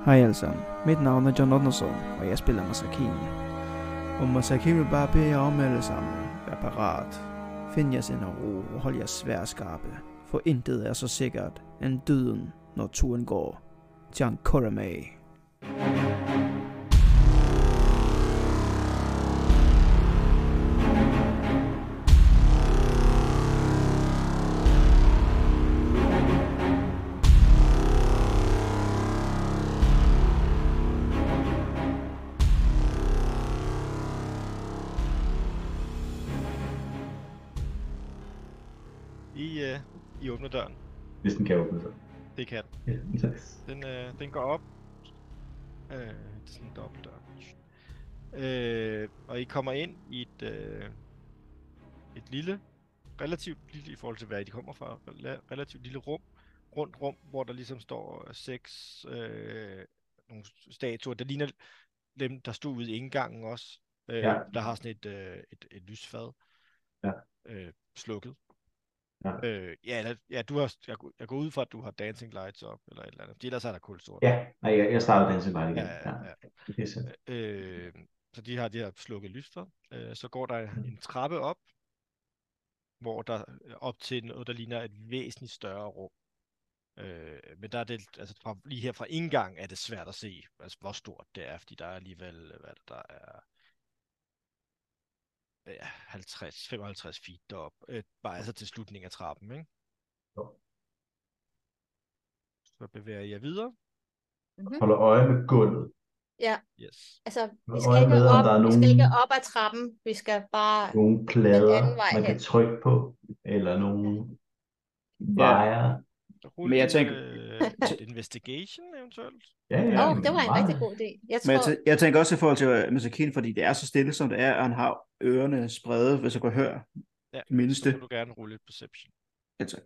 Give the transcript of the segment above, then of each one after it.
Hej alle sammen, mit navn er John Otterson, og jeg spiller Masakine. Og Masakine vil bare bede jer om alle sammen, vær parat. Find jeres ind og ro, og hold jer svær skarpe, for intet er så sikkert end døden, når turen går. John Korame. I åbner døren. Hvis den kan åbne sig. Det kan Ja, tak. den går op. Det er sådan en dobbeltdør. Og I kommer ind i et lille, relativt lille i forhold til hvad I kommer fra, relativt lille rundt rum, hvor der ligesom står 6 nogle statuer. Der ligner dem, der stod ude i indgangen også. Ja. Der har sådan et lysfad. Ja. Slukket. Ja. Du har, jeg går ud fra, at du har dancing lights op, eller et eller andet. Ellers er der kulsort. Ja, nej, jeg starter dancing light igen. Ja. Okay, så. Så de har slukket lysfad. Så går der en trappe op, hvor der op til noget, der ligner et væsentligt større rum. Men der er det, altså lige her fra indgang er det svært at se, altså, hvor stort det er, fordi der er alligevel, der er 55 feet derop, bare altså til slutningen af trappen, ikke? Jo. Så bevæger jeg videre. Holder øje med gulvet. Ja, Yes. altså vi Hold skal, øje ikke med, om op, der er vi skal nogen- ikke op ad trappen, vi skal bare Nogle den plader, anden vej man kan hen. trykke på, eller nogle vejer. Rulle Men jeg tænker- et investigation eventuelt. Ja, Det var en meget. rigtig god idé. Jeg Men tror, jeg tænker også i forhold til Masakine, fordi det er så stille, som det er, og han har ørerne spredet, hvis jeg kan høre Ja, det mindste. så må du gerne rulle et perception. Altså,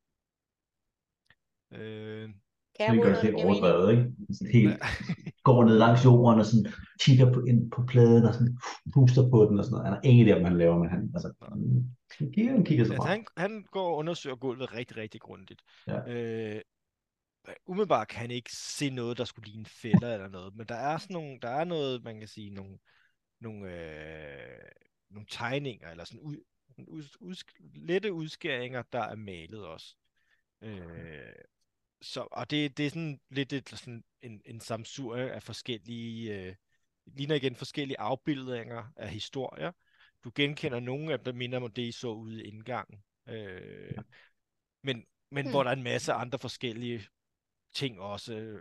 kan jeg Det rulle gør noget, det der giver mening? overdrevet, ikke? Sådan helt går ned langs jorden og sådan kigger ind på pladen og sådan puster på den og sådan noget. Han har ingen idé om, hvad han laver, men han kigger så Altså, bare. han går og undersøger gulvet rigtig, rigtig grundigt. Ja. Umiddelbart kan han ikke se noget, der skulle ligne fælder eller noget, men der er sådan nogle, der er noget, man kan sige, nogle tegninger, eller sådan lette udskæringer, der er malet også. Og det er sådan lidt sådan en samsur af forskellige, ligner igen forskellige afbildninger af historier. Du genkender nogle af dem, der minder om det, I så ude i indgangen. Men hvor der er en masse andre forskellige ting også,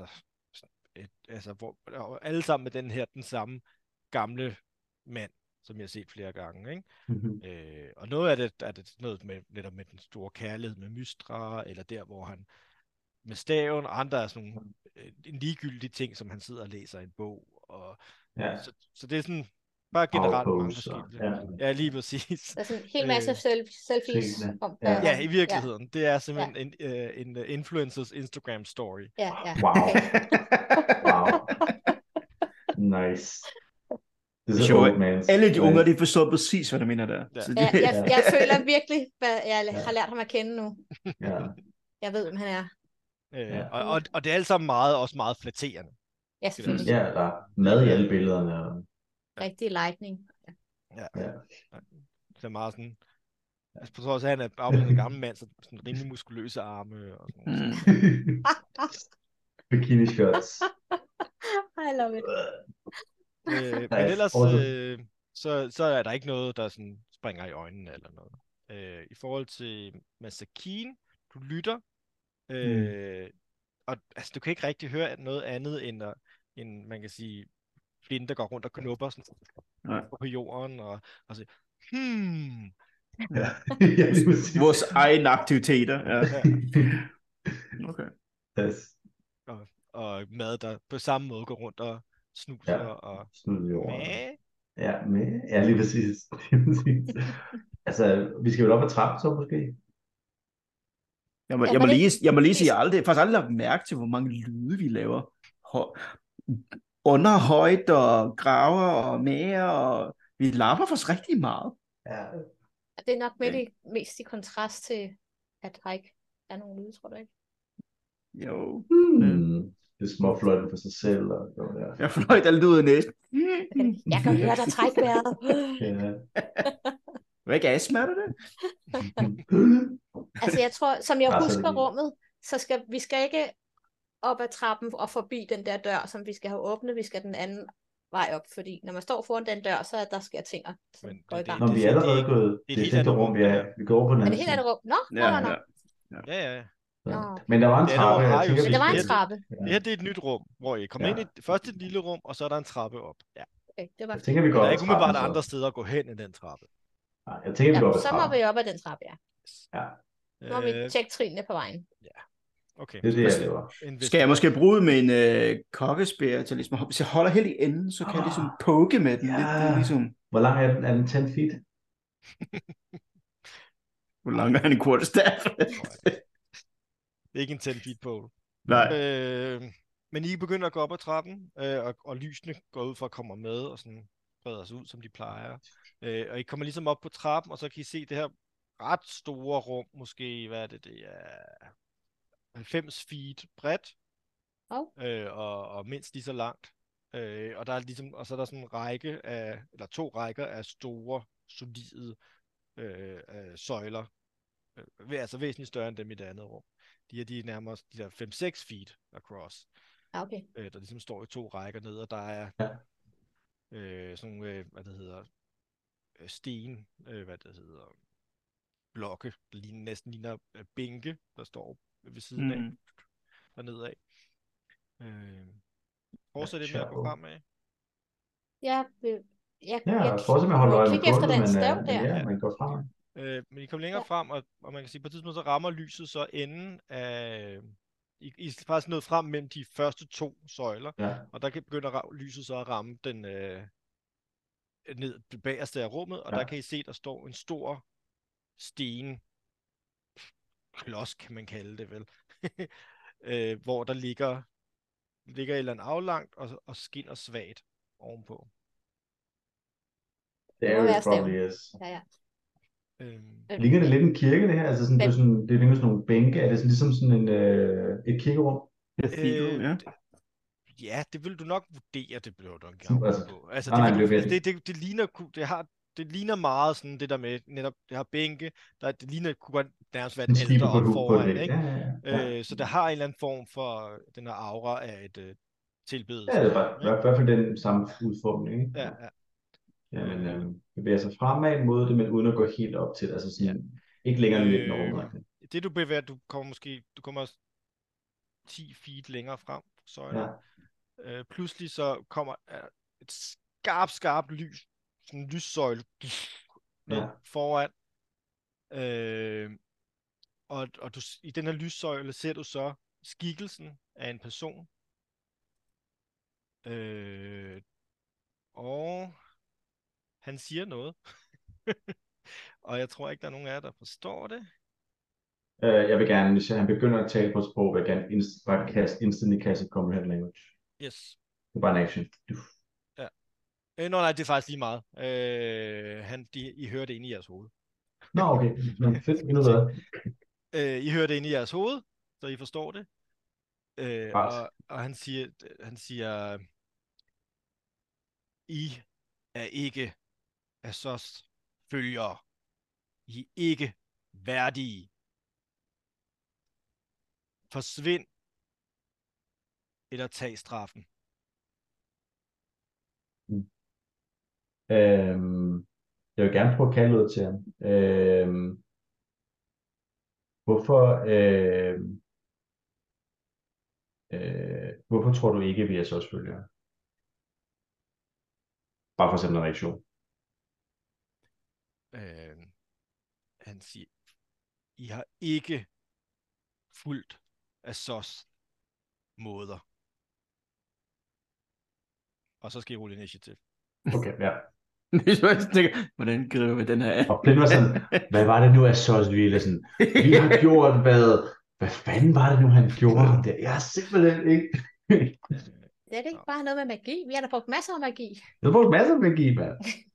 hvor alle sammen med den samme gamle mand, som jeg har set flere gange, ikke? Mhm. Og noget af det er det noget med netop med den store kærlighed med Mystra, eller der hvor han med staven, og andre er sådan nogle en ligegyldig ting, som han sidder og læser i en bog, og Ja. så det er sådan bare generelt mange Outposts og- forskellige. Ja, lige præcis. Der er sådan en hel masse selfies tingene. om Ja. Ja, i virkeligheden. Det er simpelthen en influencers Instagram story. Ja. Wow. Okay. Wow. Nice. Det er så Sjovt. old man. alle de unger, de forstår præcis, hvad du mener der. Ja. Så Ja, det, jeg føler virkelig, hvad jeg har lært ham at kende nu. Ja. Jeg ved, hvem han er. Ja. Og det er alt sammen også meget flatterende. Ja, selvfølgelig. Ja, der er mad i alle billederne. Og... Rigtig lightning. Ja. Ja. Det er meget sådan... Altså på trods af, at han er afbildet en gammel mand, så sådan rimelig muskuløse arme og sådan noget. Bikini shots. I love it. Men ellers, awesome. så er der ikke noget, der sådan springer i øjnene eller noget. I forhold til Masakine, du lytter, og altså, du kan ikke rigtig høre noget andet end man kan sige, Flynn, der går rundt og knupper sådan, på jorden og siger, Ja. Ja, lige præcis. vores egne aktiviteter. Ja. Okay. Yes. og mad, der på samme måde går rundt og snuser og Snud jorden. Mæh. Ja, med. Ja, lige præcis. Lige præcis. Altså, vi skal vel op ad trappen så måske? Jeg må lige sige, jeg har faktisk aldrig lagt mærke til, hvor mange lyde vi laver. Underhøjt og graver og mager, og vi lapper faktisk rigtig meget. Ja. Det er nok mest i kontrast til, at der ikke er nogen lyde, tror du ikke? Jo. det små fløjten for sig selv. Og ja. Jeg fløjt alt ud af næsen. Jeg kan høre dig trække vejret. Ja. Hvad kan jeg smerte det? Altså jeg tror, som jeg Bare så husker det- rummet, så skal vi skal ikke op ad trappen og forbi den der dør, som vi skal have åbnet. Vi skal den anden vej op, fordi når man står foran den dør, så er der sker ting, som Men går i gang. Nå, vi er allerede gået. det er Det er helt det andet rum, rum, vi er. det her. Vi går over på den Er anden det helt side. andet rum? Nå. Ja. Nå. Men der var en Det andet trappe. rum har Jeg jo tænker, Men vi der var en skal- trappe. Det her, det er et nyt rum, hvor I kommer ind i først et lille rum, og så er der en trappe op. Ja. Okay, det var Jeg tænker, vi Men går der op er ad ikke umiddelbart trappen, andre steder at gå hen i den trappe. Nej, jeg tænker, vi går op ad så må trappen. vi op ad den trappe, ja. Ja, Så må vi tjekke trinene på vejen. Okay. det er det, jeg laver. Skal jeg måske bruge med en kokkespær til ligesom, hvis jeg holder helt i enden, så kan jeg ligesom poke med den lidt. Det er ligesom, Hvor lang er den? Er den 10 feet? hvor lang er en quarterstaff? Det er ikke en 10 feet pole. Nej. Men I begynder at gå op ad trappen, og lysene går ud for at komme med, og sådan breder sig ud, som de plejer. Og I kommer ligesom op på trappen, og så kan I se det her ret store rum, måske, hvad er det, det er 90 feet bredt, og mindst lige så langt. Og der er ligesom, og så er der sådan en række af, eller 2 rækker af store, solide søjler, altså væsentligt større end dem i det andet rum. De er nærmest de der 5-6 feet across. Okay. Der ligesom står i 2 rækker ned, og der er sådan nogle, hvad det hedder, sten, hvad det hedder, blokke, der næsten ligner bænke, der står ved siden af, dernede af. Fortsæt det med at gå fremad. Ja, Ja, fortsæt med at holde øje med kigge efter gulvet, den men stav der. ja, man går fremad. Men I kommer længere frem, og man kan sige, på et tidspunkt så rammer lyset så enden af... I er faktisk nået frem mellem de første 2 søjler, og der begynder lyset så at ramme den ned bagerste af rummet, og der kan I se, der står en stor sten klods, kan man kalde det vel, hvor der ligger et eller andet aflangt og skinner svagt ovenpå. There it probably is. Ja. Ligger det lidt en kirke, det her? Altså sådan, det ligner sådan nogle bænke. Er det sådan, ligesom sådan et kirkerum? Ja, det vil du nok vurdere, det bliver du en gang på. Altså, det ligner meget sådan det der med, netop det her bænke, det ligner, kunne nærmest være et alter op foran, ikke? Ja. Så der har en eller anden form for den her aura af et tilbedelse. Ja, det er i hvert fald den samme udformning, ikke? Ja. Jamen, bevæger sig fremad mod det, men uden at gå helt op til det, altså sådan, ikke længere end lidt normen. Det du bevæger, du kommer 10 feet længere frem, så pludselig så kommer et skarpt lys, sådan en lyssøjle ned foran, og du, i den her lyssøjle ser du så skikkelsen af en person, og han siger noget, og jeg tror ikke, der er nogen af jer, der forstår det. Jeg vil gerne, hvis han begynder at tale på et sprog, vil jeg gerne bare instantly cast comprehend language. Yes. Det er bare en action. Ja. Nej, det er faktisk lige meget. I hører det inde i jeres hoved. Nå, okay. Fedt, endnu bedre. I hører det inde i jeres hoved, så I forstår det. Og han siger, I er ikke Assos følgere. I er ikke værdige. Forsvind eller tag straffen. Jeg vil gerne prøve at kalde ud til ham. Hvorfor tror du ikke, vi er så følgere? Bare for at sætte en reaktion. Han siger, I har ikke fulgt Assos måder. Og så skal I rulle initiativ. Okay, ja. Hvordan griber vi den her? Og Blind var sådan, hvad var det nu Assos ville? Sådan, vi har gjort hvad fanden var det nu han gjorde? Jeg har simpelthen ikke. Det er det ikke bare noget med magi? Vi har da brugt masser af magi. Vi har brugt masser af magi, mand.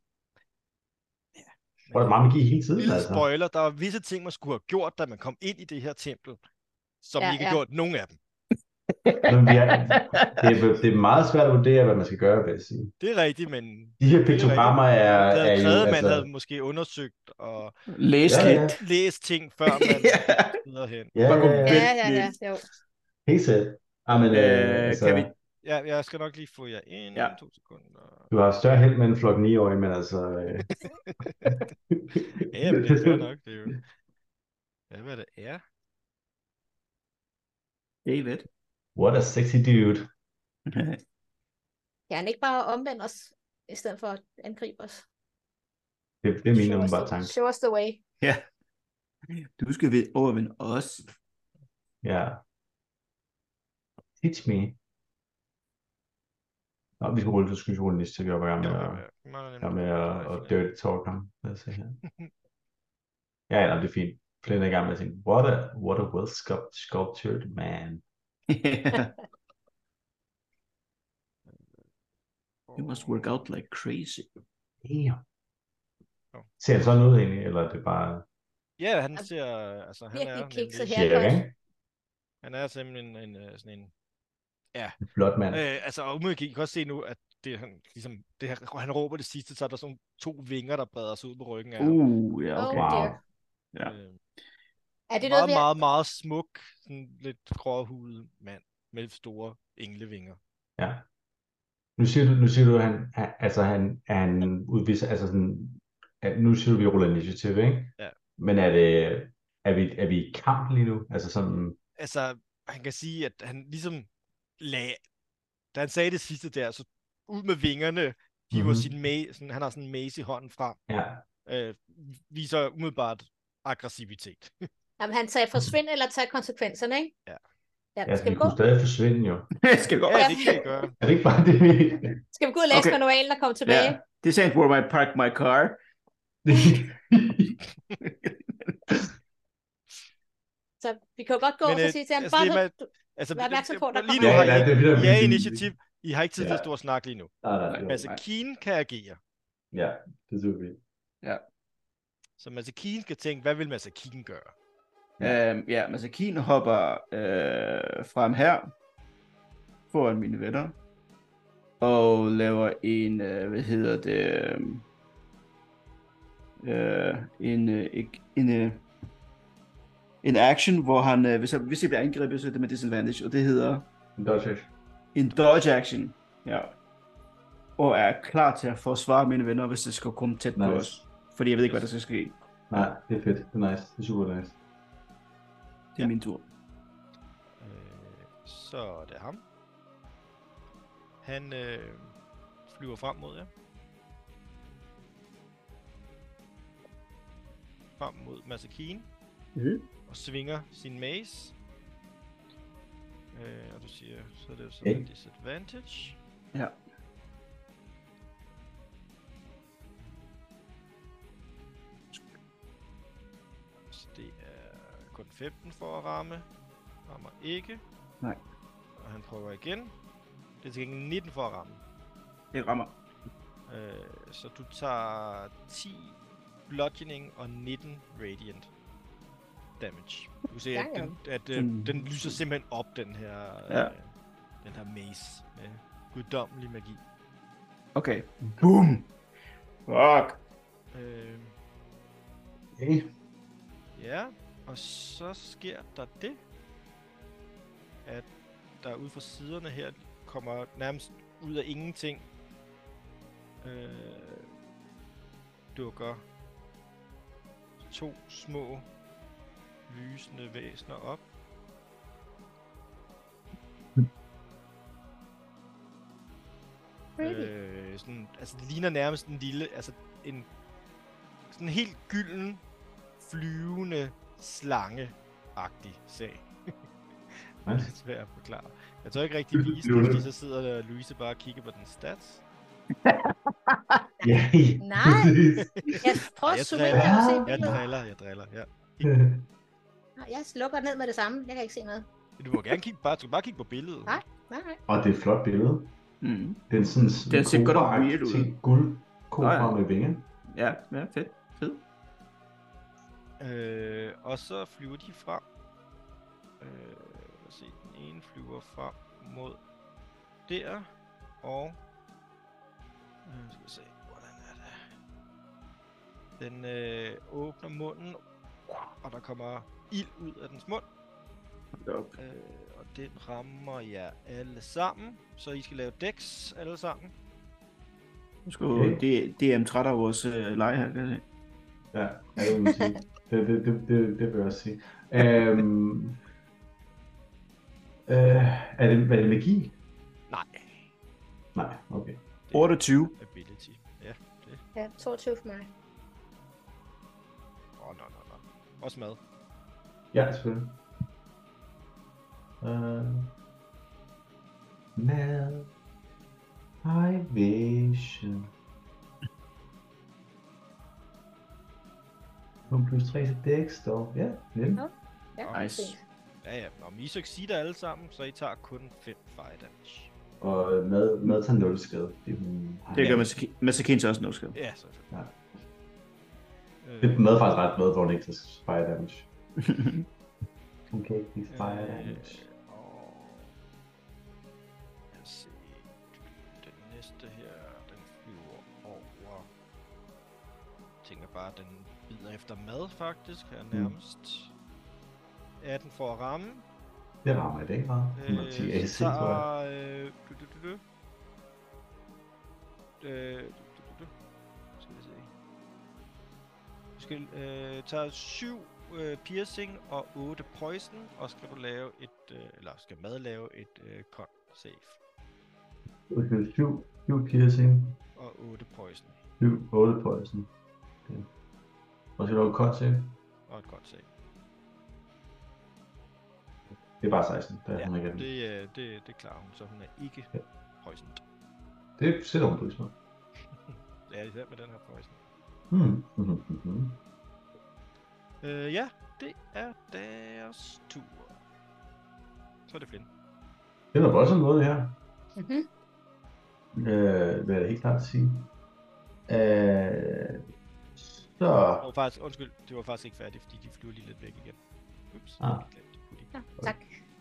Og der er meget magi hele tiden, lille altså. Spoiler, der var visse ting, man skulle have gjort, da man kom ind i det her tempel, som I ikke har gjort nogen af dem. Men det er meget svært at vurdere, hvad man skal gøre, vil jeg sige. Det er rigtigt, men... De her det er piktogrammer rigtigt. er Det havde jo... krævet, at man Altså, havde måske undersøgt og Læs Ja, ja. lidt. læst ting, før man gik videre hen. ja, Bare gå ja, ja. Ja, jo. Helt sæt. Men, altså, Kan vi... Ja, jeg skal nok lige få jer ind. Ja. 2 sekunder. du har større held med en flok 9-årige, men altså... Ja, men det er fair nok. Det er jo... Ja, hvad det er. Det er lidt. What a sexy dude. Kan han ikke bare omvende os, i stedet for at angribe os? Det er min umiddelbare tanke. Show us the way. Ja. Du skal overvinde os. Ja. Teach me. Nå, vi skal rulle for skysrulle næste, til vi er oppe i gang med at dirty talk ham. Lad os se her. Ja, det er fint. Flynn er i gang med at tænke, what a well sculptured man. You must work out like crazy. Yeah. Ser han sådan ud egentlig, eller er det bare... Ja, han ser... Altså, han Virkelig er kikset nemlig- her. Cirka, ikke? Han er simpelthen sådan en... En flot mand. Altså, og umiddelbart kan I også se nu, at det, han, ligesom, det, han råber det sidste, så er der sådan 2 vinger, der breder sig ud på ryggen af ham. Ja, okay. Oh, Wow. dear. Ja. Er det noget, Meget smuk, sådan lidt gråhudet mand med store englevinger. Ja. Nu siger du, at han udviser, altså sådan, at nu siger du, at vi ruller initiativ, ikke? Ja. Men er vi i kamp lige nu? Altså sådan... Altså, han kan sige, at han ligesom da han sagde det sidste der, så ud med vingerne, hiver sin han har sådan en mace i hånden frem, Ja. viser umiddelbart aggressivitet. Jamen, han sagde forsvind eller tage konsekvenserne, ikke? Ja. Ja, Skal vi vi gå? kunne stadig forsvinde jo. Skal vi gå? Ja, det kan I gøre. Er det ikke bare det, vi... Skal vi gå ud og læse Okay. manualen og komme tilbage? Ja. This ain't where I park my car. Så vi kan jo godt gå og så sige til ham, altså, bare det er ved, med- altså, vær opmærksom på, at der lige kommer nu har Ja, I det er det, der ja, er initiativ. I har ikke tid til at Ja. stå og snakke lige nu. Nej. Masakine kan agere. Ja, det synes vi. Så Masakine skal tænke, hvad vil Masakine gøre? Ja, Masakine hopper frem her foran mine venner og laver en, en action, hvor han, hvis jeg bliver angrebet, så er det med disadvantage, og det hedder en dodge action, ja, og er klar til at forsvare mine venner, hvis det skal komme tæt på os, fordi jeg ved ikke, hvad der skal ske. Nej, det er fedt. Det er nice. Det er super nice. Det er min tur. Så er det ham. Han flyver frem mod jer. Frem mod Masakine. Og svinger sin mace. Og du siger, så er det jo så en disadvantage. Ja. Så det er kun 15 for at ramme. Rammer ikke. Nej. Og han prøver igen. Det er til gengæld 19 for at ramme. Det rammer. Så du tager 10 bludgeoning og 19 radiant damage. Du kan se, at den lyser simpelthen op, den her, den her mace med guddommelig magi. Okay. Boom! Fuck! Ja, og så sker der det, at der ude fra siderne her kommer nærmest ud af ingenting dukker 2 små lysende væsener op. Sådan, altså det ligner nærmest en lille, altså en sådan helt gylden flyvende slange-agtig sag. Det er svært at forklare. Jeg tror ikke rigtig vise det, fordi så sidder Louise bare og kigger på den stats. Nej. Jeg prøver at zoome ind her og se billedet. Jeg driller, ja. Jeg slukker ned med det samme. Jeg kan ikke se noget. Du må gerne kigge, du bare kigge på billedet. Nej. Og det er et flot billede. Mm. Det er sådan den ser godt weird ud. Guld kobra med vinger. Ja, fedt. Og så flyver de frem. Lad os se. ene flyver frem mod der, og skal vi se, hvordan er det? Den åbner munden, og der kommer ild ud af dens mund. Og den rammer jer alle sammen, så I skal lave dex alle sammen. Nu skal okay. DM træt af vores leje her, kan jeg se. Ja, det må sige. Det vil jeg også sige. Er det magi? Nej, okay. 28. Ability. Ja, det. Ja, 22 for mig. Nå. Også mad. Ja, selvfølgelig. Mad. High vision. Plus 3 til Dex, dog. Ja, nemt. Ja, nice. Ja. Om I succeeder alle sammen, så I tager kun 5 fire damage. Og med tager 0 skade. Det gør Masakine også 0 skade. Ja, selvfølgelig. Ja. Det er med faktisk ret med, hvor det ikke tager fire damage. Okay, de fire damage. Lad os se. Den næste her, den flyver over. Jeg tænker bare, at den bider efter mad faktisk, her nærmest. 18 for at ramme. Det rammer jeg det ikke meget. 110 AC, tror jeg. Skal vi se. Du skal tage 7 piercing og 8 poison, og skal du lave skal mad lave et con save. Okay, 7 piercing. Og 8 poison. 8 poison. Okay. Og skal du lave et con save? Og et con save. Det er bare 16. Ja, det klarer hun, så hun er ikke poisoned. Det sætter hun pris på. Ja, især med den her poison. Ja, det er deres tur. Så er det Flynn. Det er også noget her. Mhm. Vil jeg helt klart sige. Så... Undskyld, det var faktisk ikke færdigt, fordi de flyver lige lidt væk igen. Ups, Ah. Ja, tak.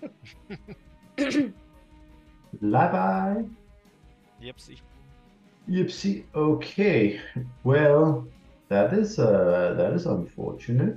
Bye. Yepsi. Okay. Well, that is unfortunate.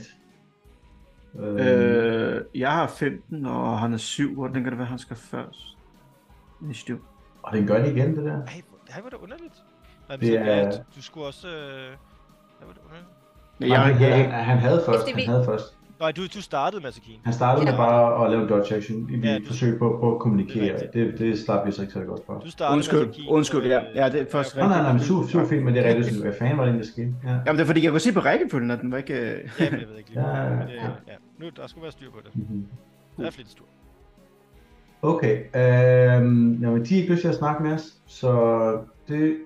Jeg har 15, og han er 7. Hvordan kan det være, han skal først? Initiativ. Og den gør det igen, det der. Ej, hvor er det underligt. Nej, Det er... Du skulle også... Hvor er det underligt. Han havde først. Nej, du startede, Masakine. Han startede med bare at lave en dodge action i Ja, forsøg på at kommunikere. Det slap vi så ikke så godt for. Du startede, Undskyld, ja, det er først rigtigt. Nej, men super fint, men det er rigtigt sådan, hvad fanden var det, der skete? Ja. Jamen, det er fordi, jeg kunne se på rækkefølgen, at den var ikke... Jamen, jeg ved ikke lige. Ja. Nu, der skulle være styr på det. Der er flere stor. Okay, jamen, de er ikke lyst til at snakke med os, så det...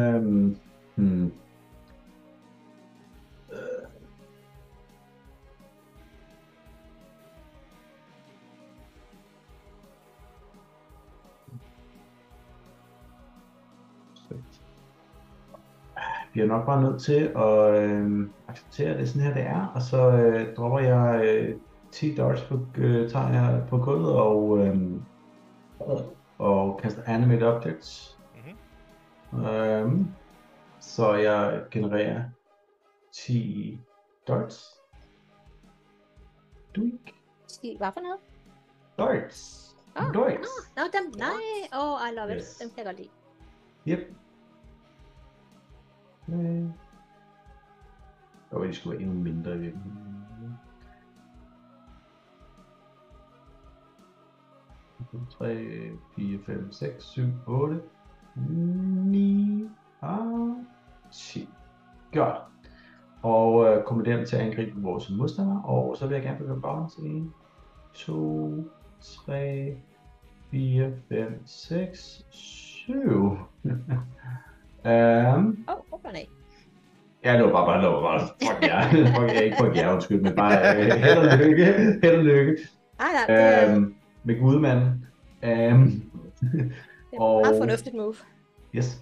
Vi er nok bare nødt til at acceptere, at det er sådan her, det er, og så dropper jeg 10 darts tager jeg på gulvet og kaster animate objects. Så jeg genererer 10 darts. Duik. 10, hvad for noget? Darts. Darts. Nå, dem, nej. I love it. Dem kan jeg godt lide. Yep. De skulle være endnu mindre i virkeligheden. 3, 4, 5, 6, 7, 8, 9 og 10. Godt. Og kommer dem til at angribe vores modstandere, og så vil jeg gerne begynde balance. 1, 2, 3, 4, 5, 6, 7. Nej. Ja, det var bare, fuck jer, ikke fuck jer, undskyld, men bare held og lykke. Med gudmanden. Det er et meget fornuftigt move. Yes.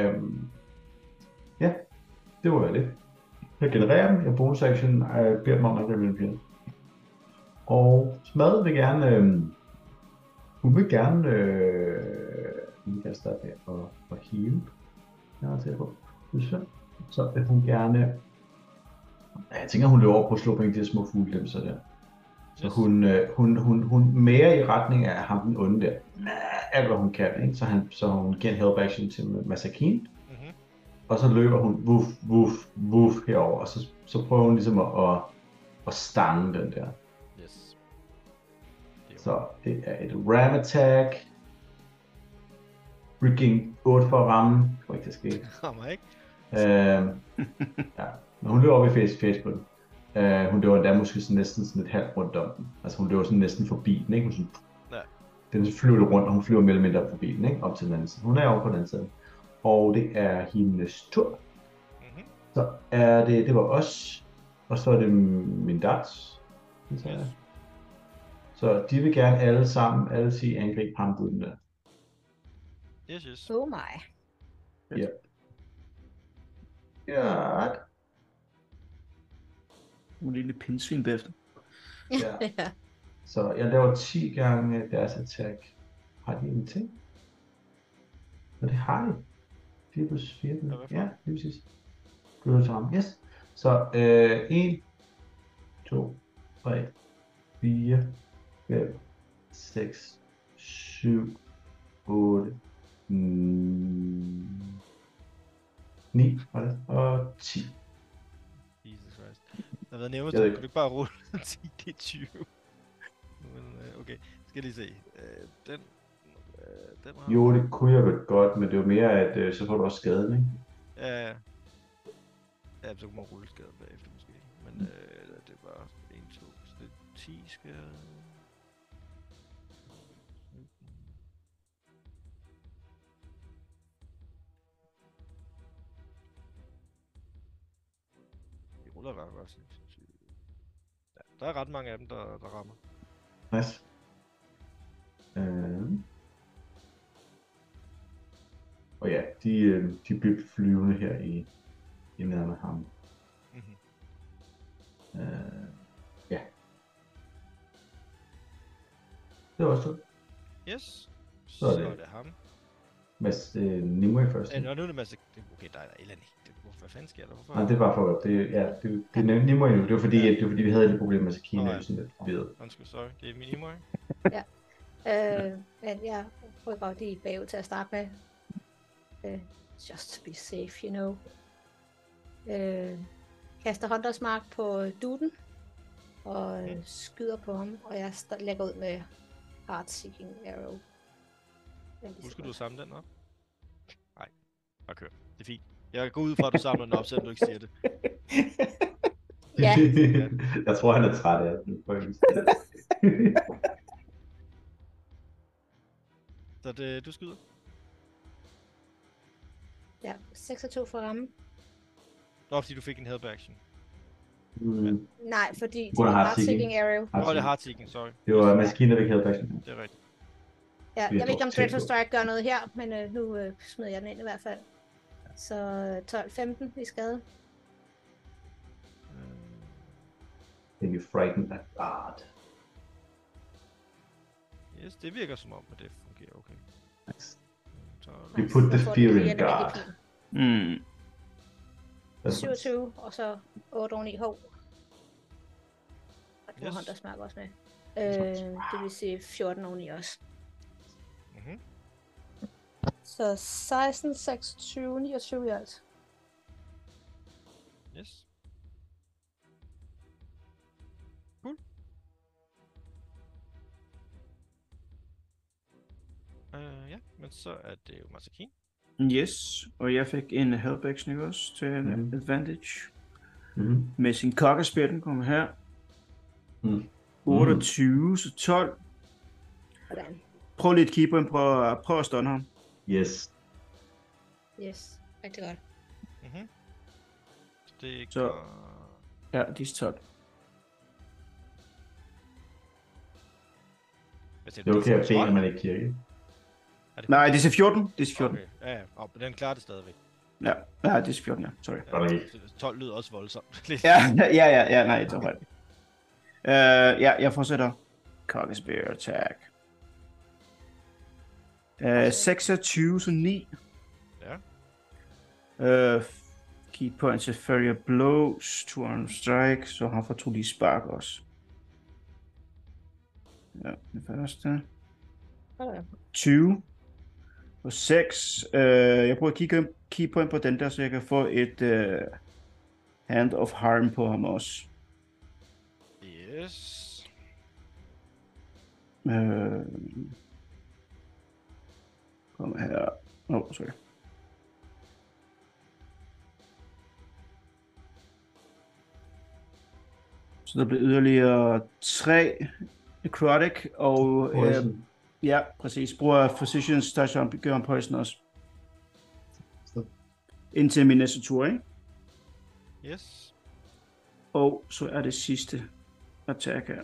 Ja, det må være det. Jeg genererer dem, jeg bonus action, beder dem om at angribe min fjende. Og Smad vil gerne Hun vil gerne hun kan starte med at heal. Jeg har til på. Så vil hun gerne... Jeg tænker, hun løber over på at slå på en af de små fugledæmser der. Så Yes. hun mere i retning af ham den onde der. Alt hvad hun kan, ikke? Så hun giver en help action til Masakine. Mhm. Og så løber hun woof herover. Og så prøver hun ligesom at stange den der. Yes. Så det er et ram attack. Freaking 8 for at ramme. Det kommer ikke til at ske. Rammer ikke? Ja. Men hun løber op i face på den. Hun løber endda måske sådan næsten sådan et halvt rundt om den. Altså hun løber sådan næsten forbi den, ikke? Hun sådan, Ja. Den flyver rundt, og hun flyver mellem mindre forbi den, ikke? Op til den anden side. Hun er over på den anden side. Og det er hendes tur. Mhm. Så er det var os. Og så er det min darts. Yes. Så de vil gerne alle sige angreb ham der. Yes. Oh my. Ja. Ja. En lille pindsvin bagefter. Ja. Ja. Så jeg laver 10 gange deres attack. Har de en ting? Og det har de. 4 plus 4. Ja, hvad for? Ja, lige præcis. Du er til ham. Yes. Så 1, 2, 3, 4, 5, 6, 7, 8, 9 var det, og 10. Jesus Christ. Der har været nemmest, Jeg ved kan du ikke bare rulle 10 D20? Men, okay, skal jeg lige se. Den har... Jo, det kunne jeg vel godt, men det var mere, at så får du også skaden, ikke? Ja, så kunne man rulle skaden bagefter måske. Men det er bare 1, 2, så det er 10 skade. De ruller ret godt. Ja, der er ret mange af dem, der rammer. Nice. Og ja, de bliver flyvende her i nærmere ham. Mhm. Ja. Det var også det. Yes. Så Så er er det- det ham. Mads Nimue først. Nu er det Mads. Okay, der er eller ikke. Hvad fanden sker der? Hvorfor? Nej, det er bare for det er Nimue nu. Det var fordi vi havde lidt problemer med Sakine, Nå, ja. og sådan lidt forvirret. Undskyld, sorry. Det er min imor. Men jeg rykker lige bagud til at starte med. Just to be safe, you know. Kaster Hunters Mark på duden. Og skyder på ham. Og jeg lægger ud med Heart Seeking Arrow. Husker du at samle den op? Nej. Bare kør. Det er fint. Jeg går ud fra, at du samler den op, selvom du ikke siger det. Ja. Jeg tror, han er træt af det. Så det, du skyder? Ja, 26 for at ramme. Nå, fordi du fik en help action. Nej, fordi det Hun er har Heart Seeking Arrow. Åh, det er heart seeking, sorry. Det var Maskine, der fik help action. Det er rigtigt. Ja, jeg ved ikke, om Dreadful Strike gør noget her, men nu smider jeg den ind i hvert fald. Så 12-15 i skade. Then you frighten that guard. Yes, det virker som om, at det fungerer okay. Nice. Så, You put the Så får fear den in lige en God. energi. Mm. 27, og så 8 oveni hov. Og du har Yes. Hunters Mark også med. Det vil sige 14 oveni også. mhm. Så 16, 26, 29 i alt. Yes. Cool. Ja, men så er det jo Masakine. Yes, og jeg fik en help action ikke også til en Mhm. advantage. Mm-hmm. Med sin kokkespil, den kommer her. Mm. 28, så 12. Hvordan? Prøv lige at keeperen, prøv at stunne ham. Yes. Yes, rigtig godt. Mhm. Så det Så- gør... Ja, de er 12. Hvad siger Det er du? okay at bede, Tolv? når man ikke kirke. Er det- Nej, det er 14. Det er 14. Okay, ja, og den klarer det stadigvæk. Ja, det er 14, ja. Sorry. Godt nok ikke. 12 lyder også voldsomt. Lidt. Ja, nej, det er ret. Ja, jeg fortsætter. Cockespire attack. 26, så 9. Ja. Key points of Furrier Blows, 200 strike, så han får 2 lige spark også. Ja, det første. 20 og 6. Jeg bruger key point på den der, så jeg kan få et Hand of Harm på ham også. Yes. Kom her. Sorry. Så der bliver yderligere 3 necrotic, og ja, præcis. Bruger Physician's Touch og gør en poison også. Indtil min næste tur, ikke? Yes. Og så er det sidste attack her.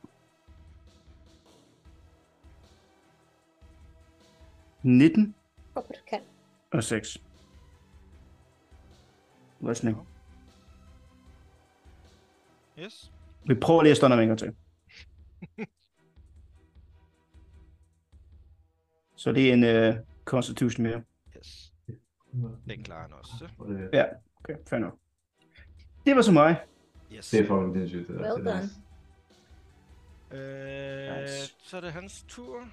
(19) Håber du kan. og 6. Løsning. Yes. Vi prøver lige at stunne ham en gang til. Så det er en Constitution mere. Yes. Den klarer han også. Ja, okay, fair nok. Det var så mig. Yes. Det er fucking sindssygt. Det Well er done. nice. Nice. Så er det hans tur.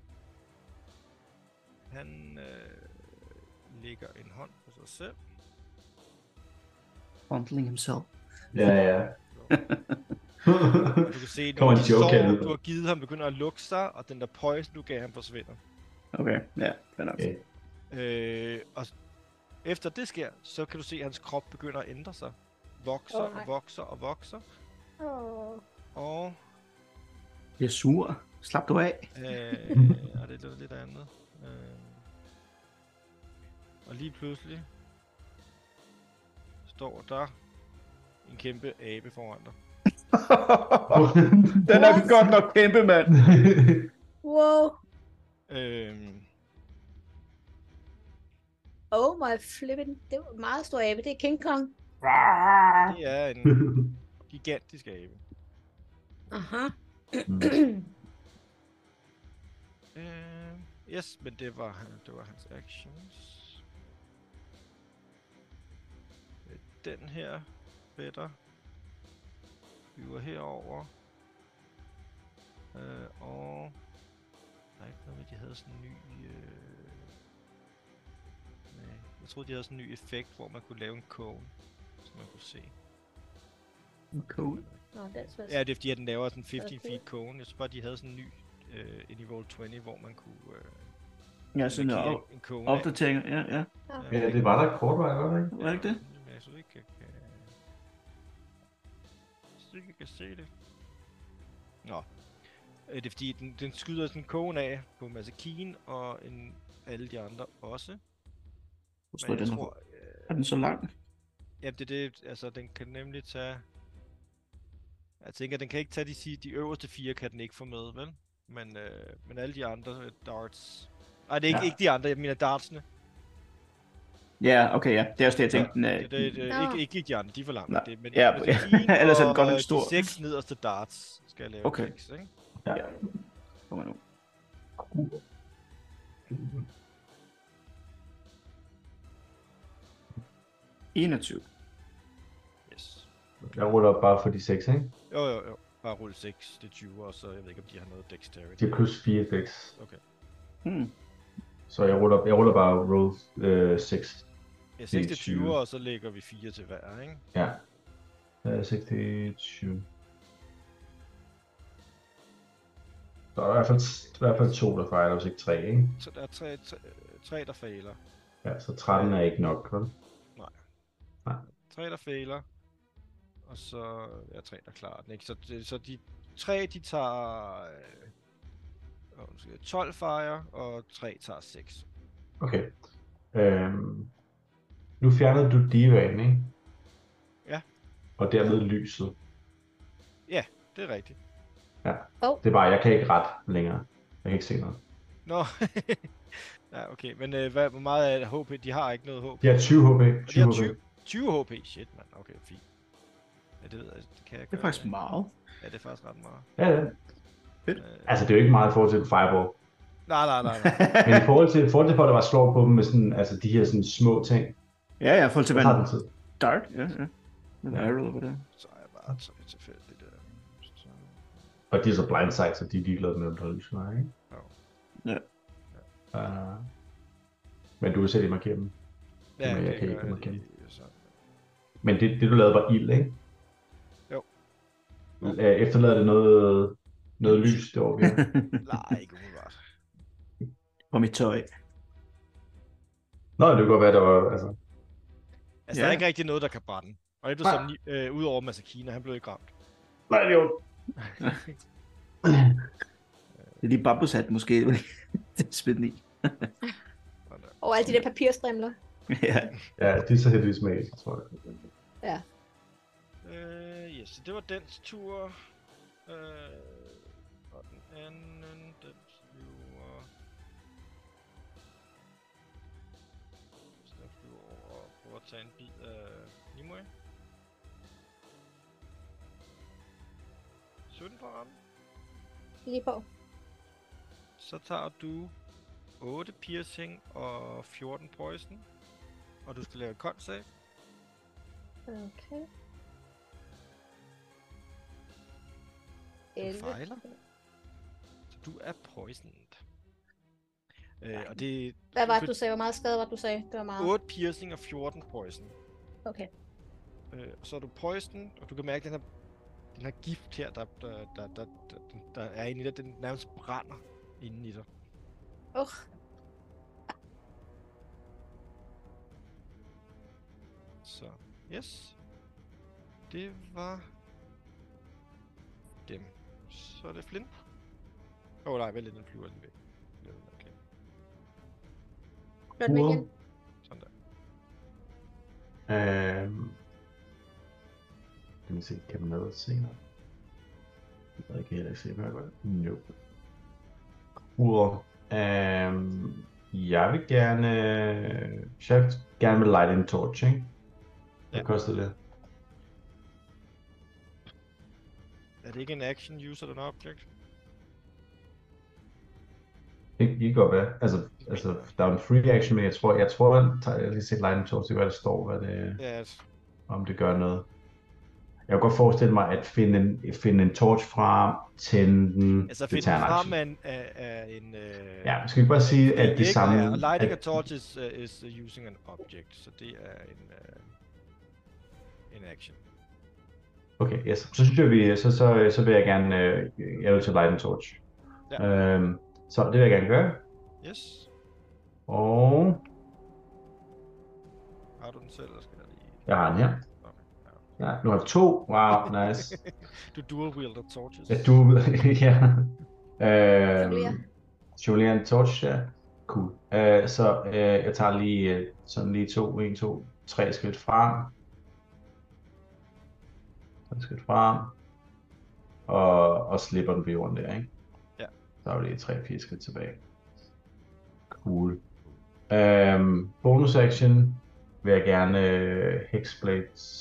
Han lægger en hånd på sig selv. Fondling himself. Ja. Og du kan se, Kommer når en de joke sår, her. du har givet ham, begynder at lukke sig, og den der poison, du gav ham, forsvinder. Okay, ja, fair nok. Okay. Og efter det sker, så kan du se, at hans krop begynder at ændre sig. Vokser Åh, nej. og vokser og vokser. Og Jeg er sur. Slap du af. og det er lidt andet. Og lige pludselig står der en kæmpe abe foran dig. Den er godt nok kæmpe, mand. Wow. Oh my flippin'. Det var meget stor abe. Det er King Kong. Det er en gigantisk abe. Aha. Yes, men det var hans actions. Den her fætter flyver herover. Og der er ikke noget med, de havde sådan en ny... Nej, jeg troede, de havde sådan en ny effekt, hvor man kunne lave en cone, så man kunne se. Cool. Nå, det er Ja, det er fordi, at den laver sådan en 15 Okay. feet cone. Jeg tror bare, de havde sådan en ny en i Roll 20, hvor man kunne Ja, sådan markere en en cone af. opdatering. Ja. Ja, det var der kortvej, var det ikke? Var det ikke det? Men jeg synes ikke, jeg kan se det. Nå. Det er fordi, den skyder sådan en cone af på Masakine og alle de andre også. Hvor den er den så lang? Ja, det er det. Altså, den kan nemlig tage... Jeg tænker, den kan ikke tage de øverste 4, kan den ikke få med, vel? Men alle de andre darts... Nej, det er ikke de andre, jeg mener dartsene. Ja, okay, ja. Det er også det, jeg tænkte. Det ikke de andre, de er for langt. Nej. Det, men Ja, ellers er den godt nok stor. de 6 nederste darts skal jeg lave Okay. kicks, ikke? Ja. Kom nu. (21) Yes. Jeg ruller op bare for de 6, ikke? Jo. Bare rulle 6, det er 20, og så jeg ved ikke, om de har noget dexterity. Det er plus 4 dex. Okay. Så jeg ruller bare roll 6. Ja, 6 Det er til 20. 20, og så lægger vi 4 til hver, ikke? Ja. 6 til 20. Så er der i hvert fald 2, der fejler, hvis ikke 3, ikke? Så der er 3 der fejler. Ja, så 13 er ikke nok, vel? 3 der fejler. Og så 3 der klarer den, ikke? Så de 3, de tager 12 fire, og 3 tager 6. Okay. Nu fjernede du divaen, ikke? Ja. Og dermed lyset. Ja, det er rigtigt. Ja. Oh. Det er bare, jeg kan ikke ret længere. Jeg kan ikke se noget. Nå. Ja, okay. Men hvor meget er HP? De har ikke noget HP. De har 20 HP. Og de har 20 HP. Shit, mand. Okay, fint. Ja, det ved jeg. Det kan jeg Det er faktisk meget. Ja, det er faktisk ret meget. Ja. Altså, det er jo ikke meget i forhold til en fireball. Nej. Men i forhold til folk, der var slår på dem med sådan, altså de her sådan små ting. Ja, i forhold til Hvad har den tid? Dart, ja. Men arrow over der. Så er jeg bare tilfældigt der. Så... Og de er så blindside, så de er ligeglade med, om der er lys eller ej, ikke? Ja. Men du kan selv markere dem. Ja, Men jeg det kan gør ikke jeg markere lige. dem. Så... Men det du lavede var ild, ikke? Jo. Efterlader det noget lys derovre? Ja. Nej, ikke umiddelbart. På mit tøj. Nå, det kunne godt være, der var, altså... Altså, der er ikke rigtig noget, der kan brænde. Og det er som udover Masakine, han blev ikke ramt. Nej, det er jo... Det er lige bambushat måske, det er spændende i. Og alle de der papirstrimler. Ja. Ja, de er så heldigvis magiske, tror jeg. Ja. Yes, så det var dens tur. Og den anden, den flyver... Så den flyver over og prøver at tage en bid af Nimue. 17 på rammen. Lige på. Så tager du 8 piercing og 14 poison. Og du skal lave et con save. Okay. Du 11. fejler. Så du er poisoned. Og det... Hvad var det, du sagde? Hvor meget skade var det, du sagde? Det var meget. 8 piercing og 14 poison. Okay. Og så er du poison, og du kan mærke, at den her gift her, der er inde i dig, den nærmest brænder inde i dig. Så, yes. Det var dem. Så er det Flint. Nej, vent lidt, den flyver lige væk. Okay. Gør den igen? Sådan der. Kan man se, kan man noget senere? Jeg kan heller ikke se, hvad jeg gør. Nope. Jeg vil gerne med Lightning Torch, ikke? Hvad koster det? Er det ikke en action use of an object? Det kan godt være. Altså, der er en free action, men jeg tror, jeg lige set Lightning Torch, det gør, der står, hvad det, om det gør noget. Jeg kan godt forestille mig at finde en torch frem, tænde den. Altså finde den frem af en... Ja, skal vi bare sige, at det samme... Ja, lighting a torch is using an object, så det er en action. Okay, yes. Så synes jeg, så vil jeg gerne... jeg vil til light en torch. Ja. Så det vil jeg gerne gøre. Yes. Og... Har du den selv, eller skal jeg lige... Jeg har den her. Ja, nu har jeg 2. Wow, nice. Du dual wielder torches. Ja, ja. Julian torch, ja. Cool. Så jeg tager lige sådan lige 1, 2, 3 skridt frem. 3 skridt frem. Og slipper den på jorden der, ikke? Ja. Så er det 3-4 skridt tilbage. Cool. Bonus action vil jeg gerne Hexblades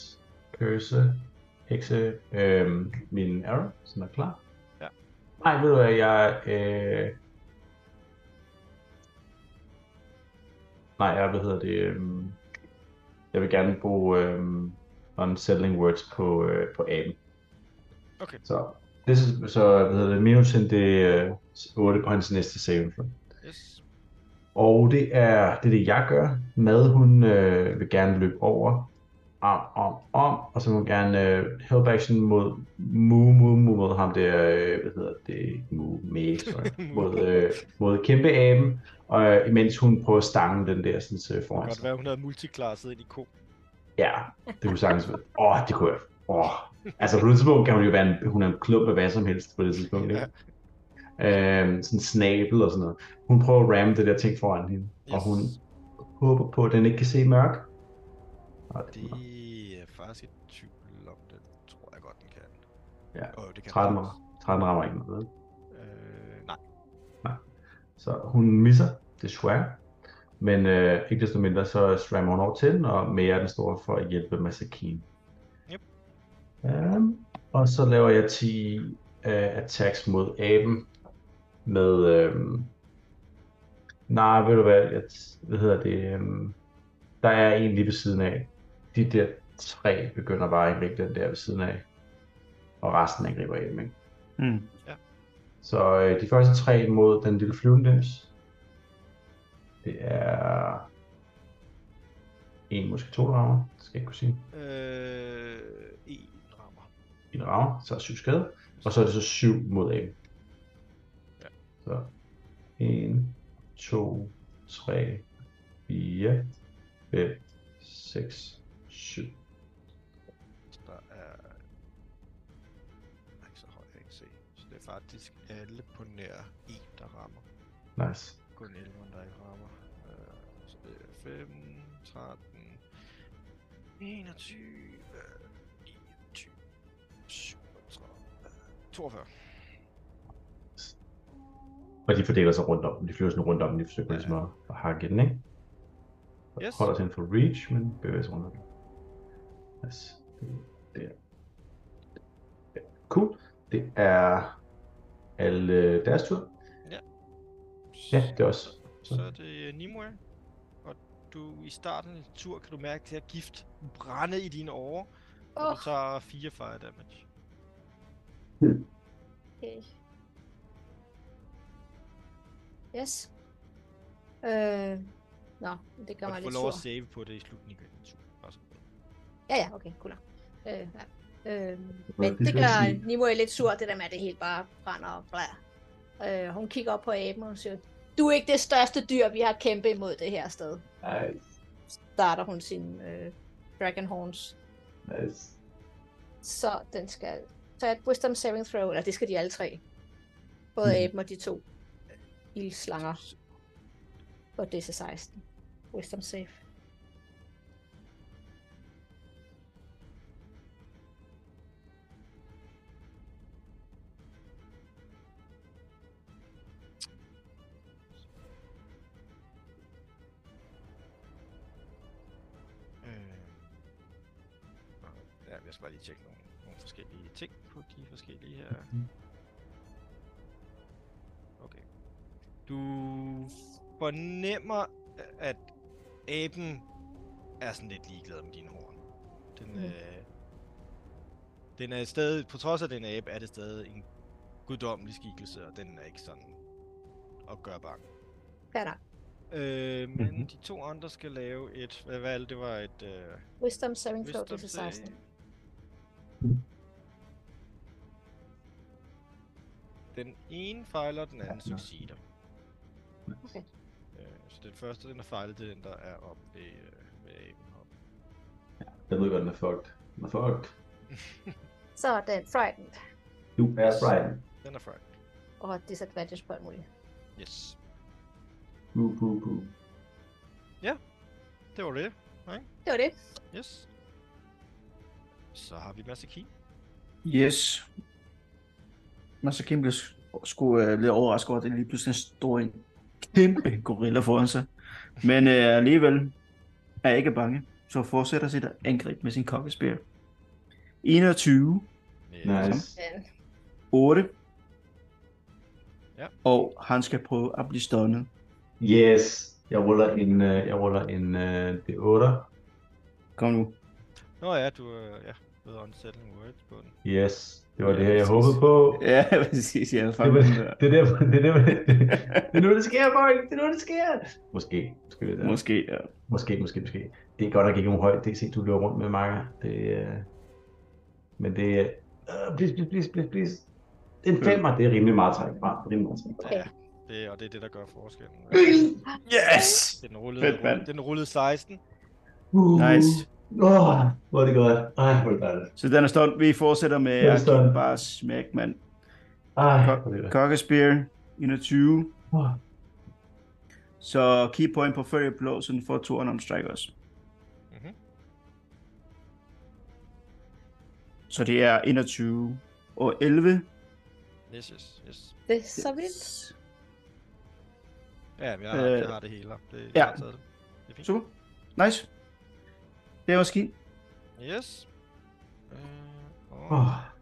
Hexe min arrow, som er klar. Ja. Nej, ved du hvad, jeg vil gerne bruge unsettling words på aben. Okay. Så minus det 8 på hans næste save. Yes. Og det er det jeg gør. Mad, hun vil gerne løbe over. Og så må hun gerne help action mod ham der, mod kæmpe aben, og imens hun prøver at stange den der sådan foran sig. Det kan godt være, hun havde multiklasset ind i ko. Ja, det kunne sagtens være. Det kunne jeg. Altså på det tidspunkt kan hun jo være hun er en klump af hvad som helst på det tidspunkt. Ja. Sådan en snabel og sådan noget. Hun prøver at ramme det der ting foran hende, og hun håber på, at den ikke kan se mørk. Det er faktisk et tvivl om det, tror jeg godt den kan. Ja, det kan 13 rammer ikke noget. Nej. Så hun misser, desværre. Men ikke desto mindre, så strammer hun over til den, og Mea er den store for at hjælpe Masakine. Yep. Og så laver jeg 10 attacks mod aben med Nej, ved du hvad hedder det? Der er en lige ved siden af. De der 3 begynder bare at angribe den der ved siden af. Og resten angriber Aben, ikke? Mm. Ja. Så de første 3 mod den lille flyvende dims. Det er... En, måske 2 rammer. Det skal jeg ikke kunne sige. En rammer. En rammer, så er 7 skade. Og så er det så 7 mod Aben. Ja. Så 1, 2, 3, 4, 5, 6, 7. Der er ikke så højt, jeg kan se. Så det er faktisk alle på nær 1, der rammer. Nice. Kun 11, der ikke rammer. Så det er 5, 13, 21, 29, 37, 42. Og de fordeler sig rundt om. De flyver sådan rundt om, de forsøger ligesom at hakke den, ikke? Yes. Holder sig inden for reach, men bevæger sig rundt om. Yes. Det er. Cool. Det er alle deres tur. Ja. Ja, det er også. Så er det Nimue. Og du i starten af din tur kan du mærke det her gift brænde i dine årer. Og du tager 4 fire damage. Okay. Yes. Nå, det gør mig Og du lidt får sur. lov at save på det i slutningen af din tur. Også. Ja, okay, cool. Men det gør Nimue lidt sur, det der med, at det helt bare brænder og blær. Hun kigger op på aben, og hun siger, du er ikke det største dyr, vi har kæmpet imod det her sted. Nice. Starter hun sin Dragon Horns. Nice. Så den skal tage et Wisdom Saving Throw, eller det skal de alle 3. Både aben og de 2 ildslanger. Og det er 16. Wisdom save. Ja, jeg skal bare lige tjekke nogle forskellige ting på de forskellige her. Okay. Du fornemmer, at aben er sådan lidt ligeglad med dine horn. Den er stadig, på trods af den abe, er det stadig en guddommelig skikkelse, og den er ikke sådan at gøre bange. Ja, nej. Men de 2 andre skal lave et, hvad det var et... Wisdom Saving Throw, det er 16. Den ene fejler, den anden succeeder. Okay. Så den første, den er fejlet, det er den, der er oppe ved aben heroppe. Ja, jeg ved godt, den er fucked. Den er fucked. Så er den frightened. Du er frightened. Den er frightened. Og disadvantage på alt muligt. Yes. Boo. Ja, det var det, ikke? Det var det. Yes. Så har vi Masaki. Yes. Masakim blev lidt overrasket over, at det lige pludselig stod en kæmpe gorilla foran sig. Men alligevel er ikke bange, så fortsætter sit angreb med sin kokkespær. 21. Nice. 8. Ja. Og han skal prøve at blive stunnet. Yes. Jeg ruller en D8. Kom nu. Nå ja, du ved unsettling words på den. Yes. Det var det her, jeg håbede på. Ja, præcis. Ja, Det er nu, det sker, boy. Det er nu, det sker. Måske. Måske, ja. Måske. Det er godt nok ikke nogen højt. Det er set, du løber rundt med Marker. Men det er... Please. En 5'er, det er rimelig meget træk fra. Okay. Ja, det er det, der gør forskellen. Yes! Den rullede 16. Nice. Hvor er det godt. Hvor er det dejligt. Så den er stund. Vi fortsætter med at give den bare smæk, mand. Hvor er det godt. Kokkespær, 21. Så key point på 40 blå, så den får 2 on strike også. Mhm. Så det er 21 og 11. Yes. Det er så vildt. Ja, jeg har det hele. Ja. Jeg har taget det. Det er fint. Super. Nice. Det er også Yes.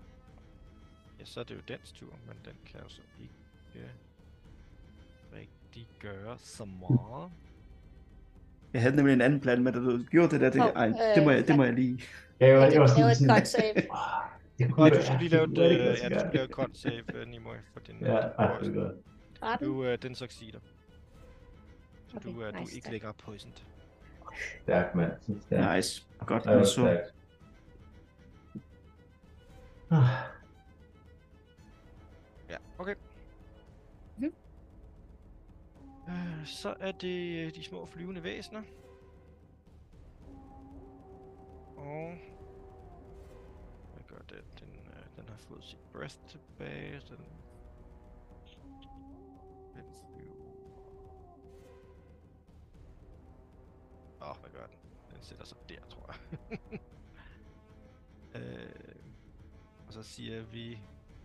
Ja, så er det jo dens tur, men den kan jo så ikke de gøre så meget? Jeg havde nemlig en anden plan, men da du gjorde det der, det må jeg lige. Ja, Jeg jeg kan var lave et sådan, con save. det kunne Nej, være, du skal lige det lave kunne ikke lade et, sig du skal gøre. lave et con save, Nimoy, for din Ja, det er poison. godt. 13. Den succeeder. Så Okay, du er nice, ikke tak. længere poisoned. Stærkt, mand. Stærkt. Nice. Godt, Det var så. stærkt. Ja, okay. Mhm. Så er det de små flyvende væsener. Og hvad gør det? Den har fået sit breath tilbage. Så den flyver. Hvad gør den? Den sætter sig der, tror jeg. Og så siger vi...